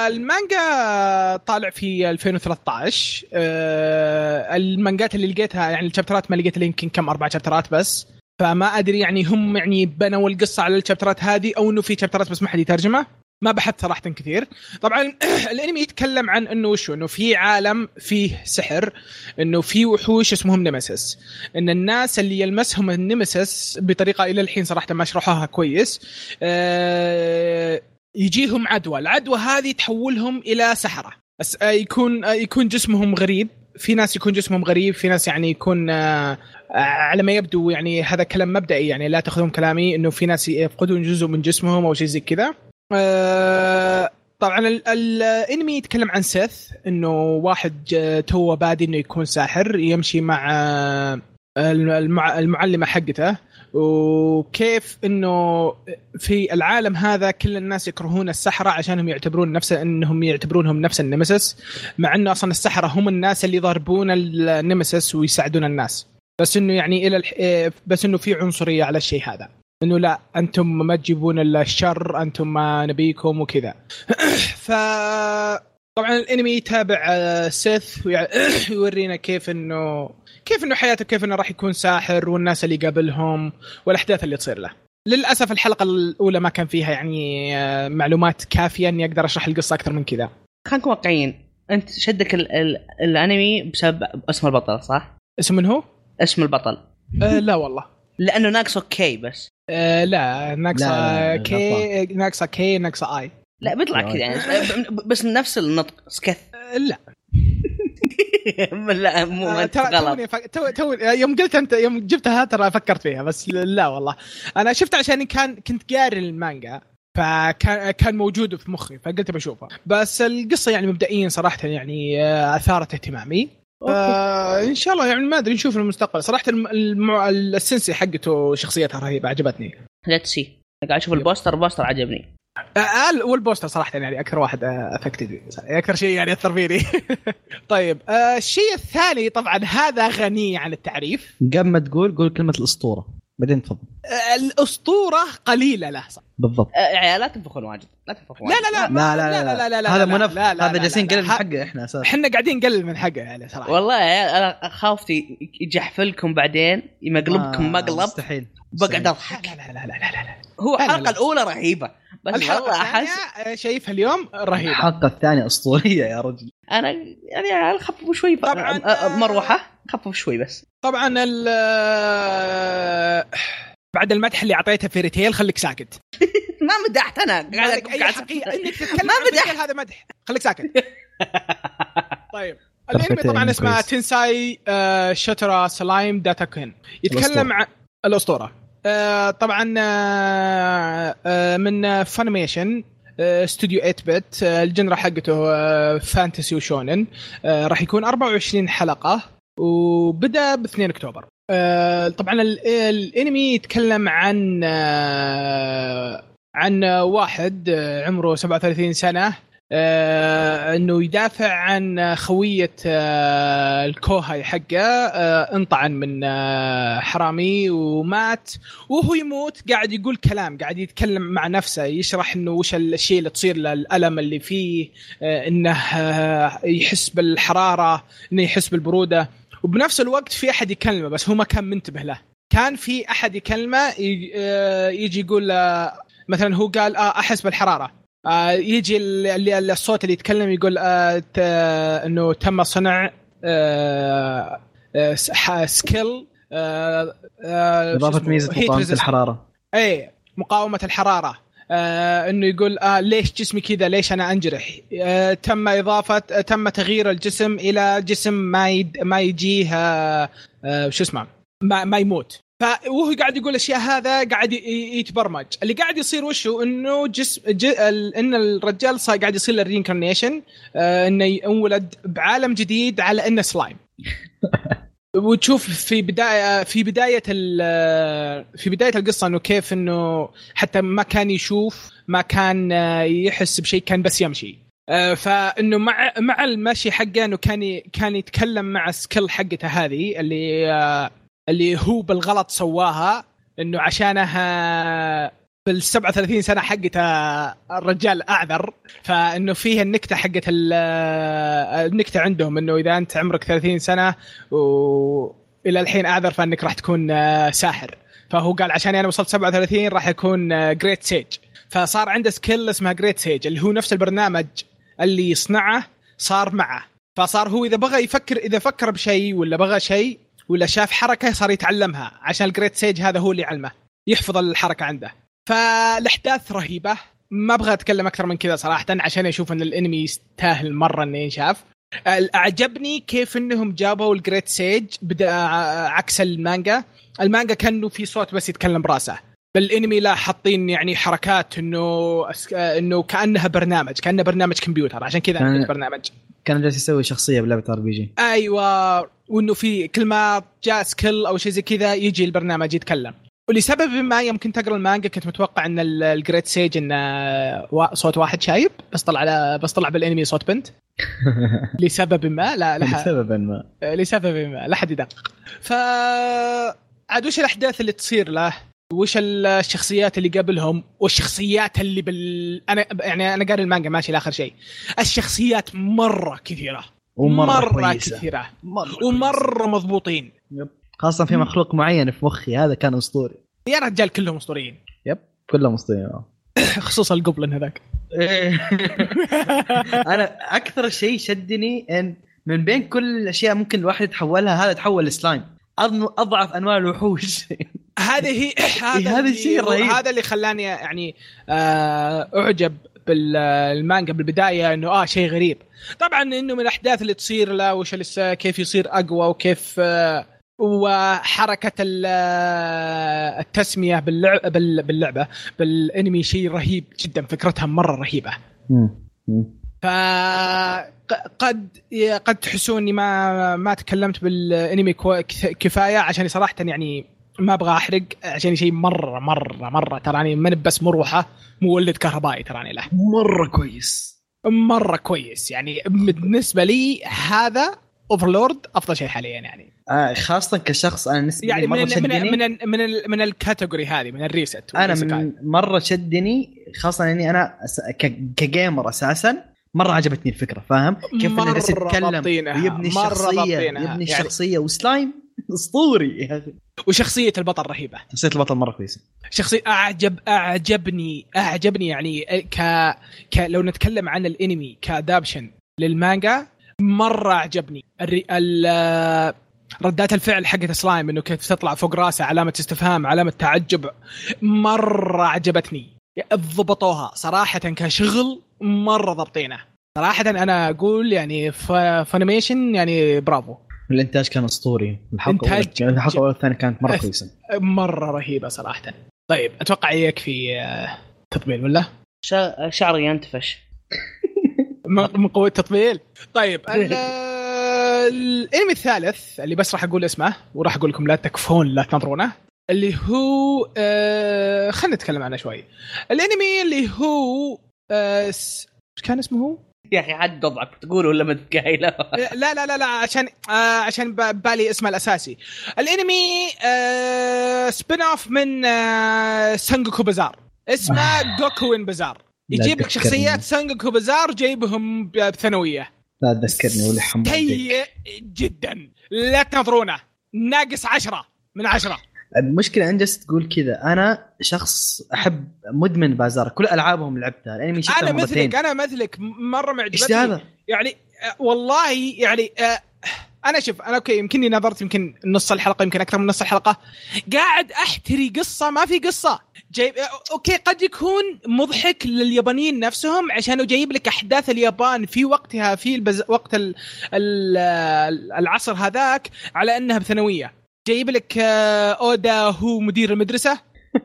المانجا طالع في ألفين وثلاثة عشر. المانجات اللي لقيتها يعني الشابترات ما لقيت يمكن كم أربع شابترات بس، فما أدري يعني هم يعني بنوا القصة على الشابترات هذه أو إنه في شابترات بس ما حد يترجمه. ما بحثت صراحة كثير. طبعا الانمي يتكلم عن انه شو انه في عالم فيه سحر، انه في وحوش اسمهم نيمسيس، ان الناس اللي يلمسهم النيمسيس بطريقة الى الحين صراحة ما شرحوها كويس أه يجيهم عدوى. العدوى هذه تحولهم الى سحرة، بس يكون يكون جسمهم غريب. في ناس يكون جسمهم غريب، في ناس يعني يكون على ما يبدو يعني هذا كلام مبدئي يعني لا تاخذون كلامي انه في ناس يفقدون جزء من جسمهم او شيء زي كذا. أه طبعا الانمي يتكلم عن سيث، انه واحد توه بادي انه يكون ساحر، يمشي مع المعلمة حقته وكيف انه في العالم هذا كل الناس يكرهون السحرة عشانهم يعتبرون نفس انهم يعتبرونهم نفس النمسيس، مع انه اصلا السحرة هم الناس اللي يضربون النمسيس ويساعدون الناس، بس انه يعني الى الح... بس انه في عنصرية على الشيء هذا، انه لا انتم ما تجيبون الشر، انتم ما نبيكم وكذا. ف طبعا الانمي يتابع سيث ويورينا كيف انه كيف انه حياته، كيف انه راح يكون ساحر والناس اللي قابلهم والاحداث اللي تصير له. للاسف الحلقه الاولى ما كان فيها يعني معلومات كافيه اني اقدر اشرح القصه اكثر من كذا. خلينا نكون واقعيين، انت شدك ال ال الانمي بسبب اسم البطل صح؟ اسم من هو؟ اسم البطل. أه لا والله لانه ناقصه كي بس. أه لا ناقصه كي، ناقصه كي ناقصه اي. لا بيطلع كذا يعني بس نفس النطق سكث. لا لا مو انت غلط. تو تو يوم قلت انت يوم جبتها ترى فكرت فيها، بس لا والله انا شفت عشان كان كنت قاري المانجا فكان كان موجود في مخي فقلت بشوفها. بس القصه يعني مبدئيا صراحه يعني اثارت اهتمامي. آه ان شاء الله يعني ما ادري نشوف المستقبل. صراحه المع... السنسي حقته شخصيتها رهيبه عجبتني. لا تسي قاعد اشوف البوستر البوستر عجبني. آه والبوستر صراحه يعني اكثر واحد افكتد اكثر شيء يعني اثر فيني. طيب آه الشيء الثاني طبعا هذا غني عن التعريف. قبل ما تقول قول كلمه الاسطوره بعدين تفضل. آه الاسطوره قليله له صح بالضبط. آه عيالات تنفخون واجد لا تنفخون. لا لا لا لا لا لا, لا, لا, لا هذا منف هذا جالسين نقلل من حقه احنا اساسا. احنا قاعدين نقلل من حقه يعني صراحه. والله انا خافتي يجحفلكم بعدين يمقلبكم مقلب مستحيل. بقعد اضحك. لا لا لا لا لا لا هو الحلقه الاولى رهيبه بس والله احس شايفها اليوم رهيبه. الحلقه الثانية اسطوريه يا رجل. انا يعني خففوا شوي طبعا مروحه خففوا شوي بس. طبعا بعد المدح اللي اعطيته في ريتيل خليك ساكت. ما مدحت انا قاعد قاعد انك تتكلم عن ريتيل هذا مدح خليك ساكت. طيب الانمي طبعا اسمه تنساي شاترا سلايم داتاكن، يتكلم عن الاسطوره. طبعا من فانيميشن استوديو ثمانية بت. الجنرا حقته فانتسي وشونن. راح يكون أربعة وعشرين حلقه وبدا ب اثنين أكتوبر. طبعا الانمي يتكلم عن عن واحد عمره سبعة وثلاثين سنه آه، انه يدافع عن خويه آه، الكوهاي حقه. آه، انطعن من آه، حرامي ومات، وهو يموت قاعد يقول كلام، قاعد يتكلم مع نفسه يشرح انه وش الشيء اللي تصير له، الالم اللي فيه، آه، انه آه، يحس بالحراره، انه يحس بالبروده، وبنفس الوقت في احد يكلمه بس هو ما كان منتبه له. كان في احد يكلمه يجي يقول آه، مثلا هو قال آه، احس بالحراره، آه يجي اللي الصوت اللي يتكلم يقول آه انه تم صنع آه آه سكيل آه آه اضافه ميزه مقاومه الحراره. اي مقاومه الحراره. آه انه يقول آه ليش جسمي كذا، ليش انا انجرح. آه تم اضافه آه تم تغيير الجسم الى جسم ما يد ما يجيه آه آه شو اسمه ما, ما يموت. فهو قاعد يقول الاشياء هذا قاعد يتبرمج. اللي قاعد يصير وشه انه جسم ج... ان الرجال صار قاعد يصير له رينكارنيشن، آه انه يولد بعالم جديد على انه سلايم. وتشوف في بدايه في بدايه في بدايه القصه انه كيف انه حتى ما كان يشوف، ما كان يحس بشيء، كان بس يمشي. آه فانه مع مع المشي حقه انه كان كان يتكلم مع سكيل حقته هذه اللي آه اللي هو بالغلط سواها، انه عشانها بالسبعة وثلاثين سنة حقته الرجال اعذر. فانه فيه النكتة حقت النكتة عندهم انه اذا انت عمرك ثلاثين سنة والى الحين اعذر فانك راح تكون ساحر. فهو قال عشان انا وصلت سبعة وثلاثين راح يكون جريت سيج. فصار عنده سكيل اسمها جريت سيج اللي هو نفس البرنامج اللي يصنعه صار معه. فصار هو اذا بغى يفكر، اذا فكر بشيء ولا بغى شيء ولا شاف حركة صار يتعلمها، عشان الجريت سيج هذا هو اللي علمه يحفظ الحركة عنده. فالأحداث رهيبة، ما أبغى أتكلم أكثر من كذا صراحة عشان يشوف أن الأنمي يستاهل مرة أنه ينشاف. أعجبني كيف أنهم جابوا الجريت سيج بدأ عكس المانجا. المانجا كانوا في صوت بس يتكلم براسه، بالأنمي لا حاطين يعني حركات إنه إنه كأنها برنامج، كأنه برنامج كمبيوتر. عشان كذا كان برنامج كان جالس يسوي شخصية بلعبة ار بي جي. أيوة، وإنه في كل ما جاء سكيل أو شيء زي كذا يجي البرنامج يتكلم. ولسبب ما يمكن تقرا المانجا كنت متوقع ان الجريت سيج ان صوت واحد شايب، بس طلع على بس طلع بالانمي صوت بنت. لسبب ما لا لا لسبب ما لسبب ما لا حد يدقق. ف عاد وش الاحداث اللي تصير له، وش الشخصيات اللي قبلهم، والشخصيات اللي بال انا يعني انا قاري المانجا ماشي لاخر شيء. الشخصيات مره كثيره ومره مرة كثيره مرة ومره مضبوطين، خاصة في مخلوق معين في مخي هذا كان أسطوري يا رجال. كلهم أسطوريين. يب كلهم أسطوريين خصوصا القبلن هذاك. أنا أكثر شيء شدني إن من بين كل الأشياء ممكن الواحد يتحولها هذا تحول لسلايم، أضعف أنواع الوحوش. هذه هي هذا الشيء رهيب. هذا اللي خلاني يعني أعجب بالمانجا بالبداية، إنه آه شيء غريب. طبعا إنه من الأحداث اللي تصير له وش لسه كيف يصير أقوى، وكيف آه وحركة التسمية باللعبة باللعبة بالانمي شيء رهيب جدا، فكرتها مرة رهيبة. فقد قد تحسون اني ما ما تكلمت بالانمي كفاية، عشان صراحة يعني ما ابغى احرق، عشان شيء مرة مرة مرة تراني من بس مروحة مولد كهربائي، تراني له مرة كويس مرة كويس. يعني بالنسبة لي هذا اوفرلورد افضل شيء حاليا يعني. آه خاصة كشخص أنا نسبة يعني مرة من شدني من من من, ال من الكاتيجوري هذه من الريست. أنا من مرة شدني، خاصة إني أنا كجيمر أساسا مرة عجبتني الفكرة، فاهم كيف إنه جالس يتكلم ويبني الشخصية يبني الشخصية يعني. وسلايم أسطوري يا أخي، وشخصية البطل رهيبة. شخصية البطل مرة كويسة، شخصية أعجب أعجبني أعجبني يعني ك... ك لو نتكلم عن الانمي كادابشن للمانجا مرة أعجبني. الري... ال... ردات الفعل حقت سلايم إنه كيف تطلع فوق راسه علامة استفهام علامة تعجب، مرة عجبتني. ضبطوها صراحة كشغل مرة ضبطينه صراحة. أنا أقول يعني ف... فانيميشن يعني برافو. الإنتاج كان أسطوري. الحلقة الحلقة والثانية كانت مرة كويسة مرة رهيبة صراحة. طيب أتوقع يكفي تطبيل ولا شعري ينتفش من قوة التطبيل. طيب الانمي الثالث اللي بس راح أقول اسمه وراح أقول لكم لا تكفون لا تنظرونه، اللي هو آه خلنا نتكلم عنه شوي. الانمي اللي هو آه س... كان اسمه هو يا أخي حد وضعك تقوله ولا ما تقايله؟ لا لا لا لا عشان آه عشان بالي اسمه الأساسي. الانمي آه سبين اوف من آه سانجوكو بازار، اسمه جوكوين بازار. يجيب لك شخصيات سانجوكو بازار جايبهم بثانوية. لا تذكرني ولا حمد سيء جدا، لا تنظرونه، ناقص عشرة من عشرة. المشكلة أن جالس تقول كذا، أنا شخص أحب مدمن بازار، كل ألعابهم لعبتها، الأنمي شفتها أنا مرتين. مثلك أنا مثلك مرة معجبتني يعني والله يعني آه أنا شوف أنا أوكي يمكنني نظرت يمكن نص الحلقة يمكن أكثر من نص الحلقة قاعد أحتري قصة ما في قصة جايب. أوكي قد يكون مضحك لليابانيين نفسهم عشان جايب لك أحداث اليابان في وقتها في البز... وقت ال... ال... العصر هذاك على أنها بثانوية، جايب لك أودا هو مدير المدرسة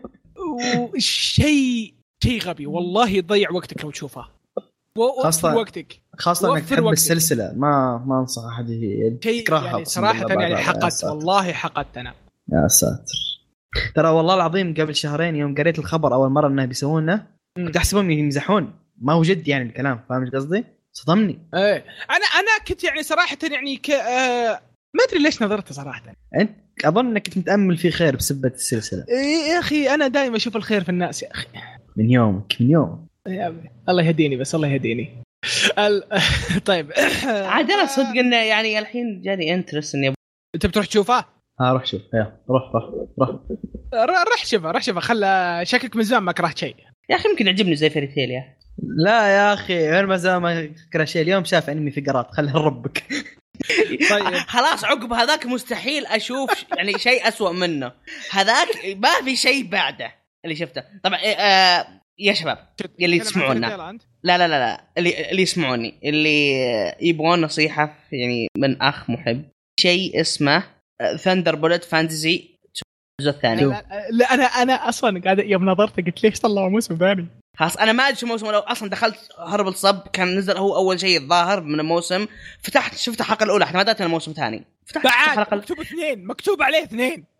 وشيء شيء غبي والله يضيع وقتك لو تشوفها. خاصة وقتك خاصة انك تحب السلسلة، ما ما انصح احد يكرهها يعني صراحة يعني حقدت والله حقدت انا يا ساتر. ترى والله العظيم قبل شهرين يوم قريت الخبر اول مرة انه بيسوونه كنت احسبهم يمزحون، ما هو جد يعني الكلام، فاهم قصدي؟ صدمني. ايه انا انا كنت يعني صراحة يعني ك آه ما ادري ليش نظرت صراحة. انت اظن انك كنت متامل في خير بسبة السلسلة. إيه يا اخي انا دائما اشوف الخير في الناس يا اخي. من يومك من يوم يا الله يهديني بس الله يهديني. ال... طيب عاد انا صدق انه يعني الحين جاني انترست اني انت بتروح تشوفها؟ ها روح شوف يا روح روح روح روح شوفها روح شوفها خلى شكلك من زمان ما كرهت شيء يا اخي. يمكن يعجبني زي فيري تيل يا لا يا اخي غير ما زال ما كره شيء. اليوم شاف انمي فقرات خليه ربك. طيب خلاص عقب هذاك مستحيل اشوف يعني شيء أسوأ منه هذاك، ما في شيء بعده اللي شفته. طبعا آه يا شباب اللي يسمعونا لا لا لا لا اللي اللي يسمعوني اللي يبغون نصيحة يعني من أخ محب، شيء اسمه ثاندر بولت فانتزي الجزء الثاني. لا, لا أنا أنا أصلا قاعد يوم نظرت قلت ليش طلعوا موسم ثاني. خلاص أنا ما أدري شو موسم، لو أصلا دخلت هرب الصب كان نزل هو أول شيء الظاهر من الموسم، فتحت شفت الحلقة الأولى حتى ما دات الموسم الثاني، فتحت الحلقة مكتوب اثنين مكتوب عليه اثنين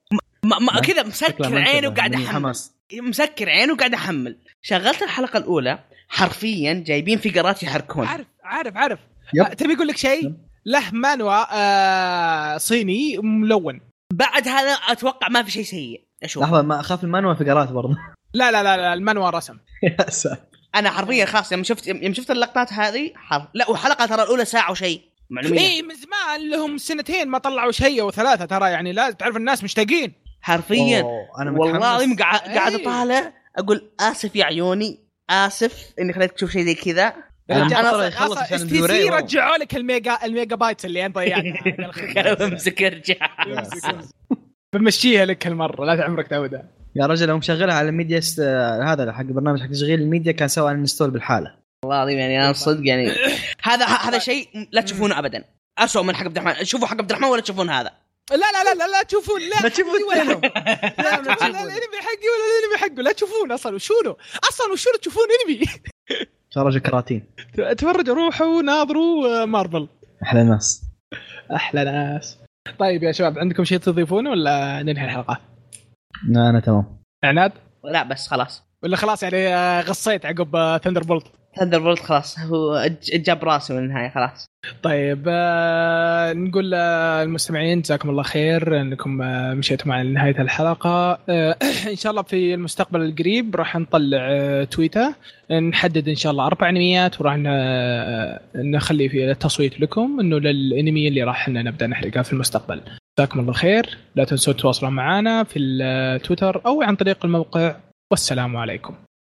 ما, ما كذا مسكر عينه وقاعد احمل مسكر عينه وقاعد احمل. شغلت الحلقه الاولى حرفيا جايبين فيجرات يحركون. عارف عارف عارف أه تبي اقول لك شيء؟ له مانوا آه صيني ملون. بعد هذا اتوقع ما في شيء سيء. اشوف لحظه ما اخاف المانوا فيجرات برضه. لا لا لا, لا المانوا رسم. يا ساتر. انا حرفيا خاص يوم شفت يوم شفت اللقطات هذه حرف لا وحلقه ترى الاولى ساعه وشيء معلوميه. اي من زمان لهم سنتين ما طلعوا شيء وثلاثه ترى يعني لازم تعرف الناس مشتاقين حرفيا. والله قاعد قاعد اطالع اقول اسف يا عيوني اسف اني خليتك تشوف شيء زي كذا. انا خلص استيسي رجعوا لك الميجا الميجا بايتس اللي انت ضيعتها. قالوا امسك ارجع بمشيها لك هالمره لا تعمرك تعودها يا رجل. لو مشغلها على الميديا ست... هذا حق برنامج حق تشغيل الميديا كان سوى انستول بالحاله. والله العظيم يعني انا صدق يعني هذا هذا شيء لا تشوفونه ابدا. اسوء من حق عبد الرحمن. شوفوا حق عبد الرحمن ولا تشوفون هذا؟ لا لا لا لا لا تشوفون لا تشوفون ولا لا الانمي حقي ولا الانمي حقه لا تشوفون اصلا. وشونو اصلا وشونو تشوفون انمي خرج كراتين تفرجوا روحوا ناظروا مارفل. احلى ناس احلى ناس. طيب يا شباب عندكم شيء تضيفونه ولا ننهي الحلقه؟ لا انا تمام. عناد؟ لا بس خلاص ولا خلاص يعني غصيت عقب ثاندر بولت؟ ثاندر بولت خلاص هو جاب راسه من النهايه خلاص. طيب آه نقول للمستمعين جزاكم الله خير انكم آه مشيتوا مع نهايه الحلقه. آه ان شاء الله في المستقبل القريب راح نطلع آه تويتر نحدد ان شاء الله اربع انميات وراح نخلي في التصويت لكم انه للانمي اللي راح نبدا نحرقها في المستقبل. جزاكم الله خير. لا تنسوا تتواصلوا معنا في التويتر او عن طريق الموقع والسلام عليكم.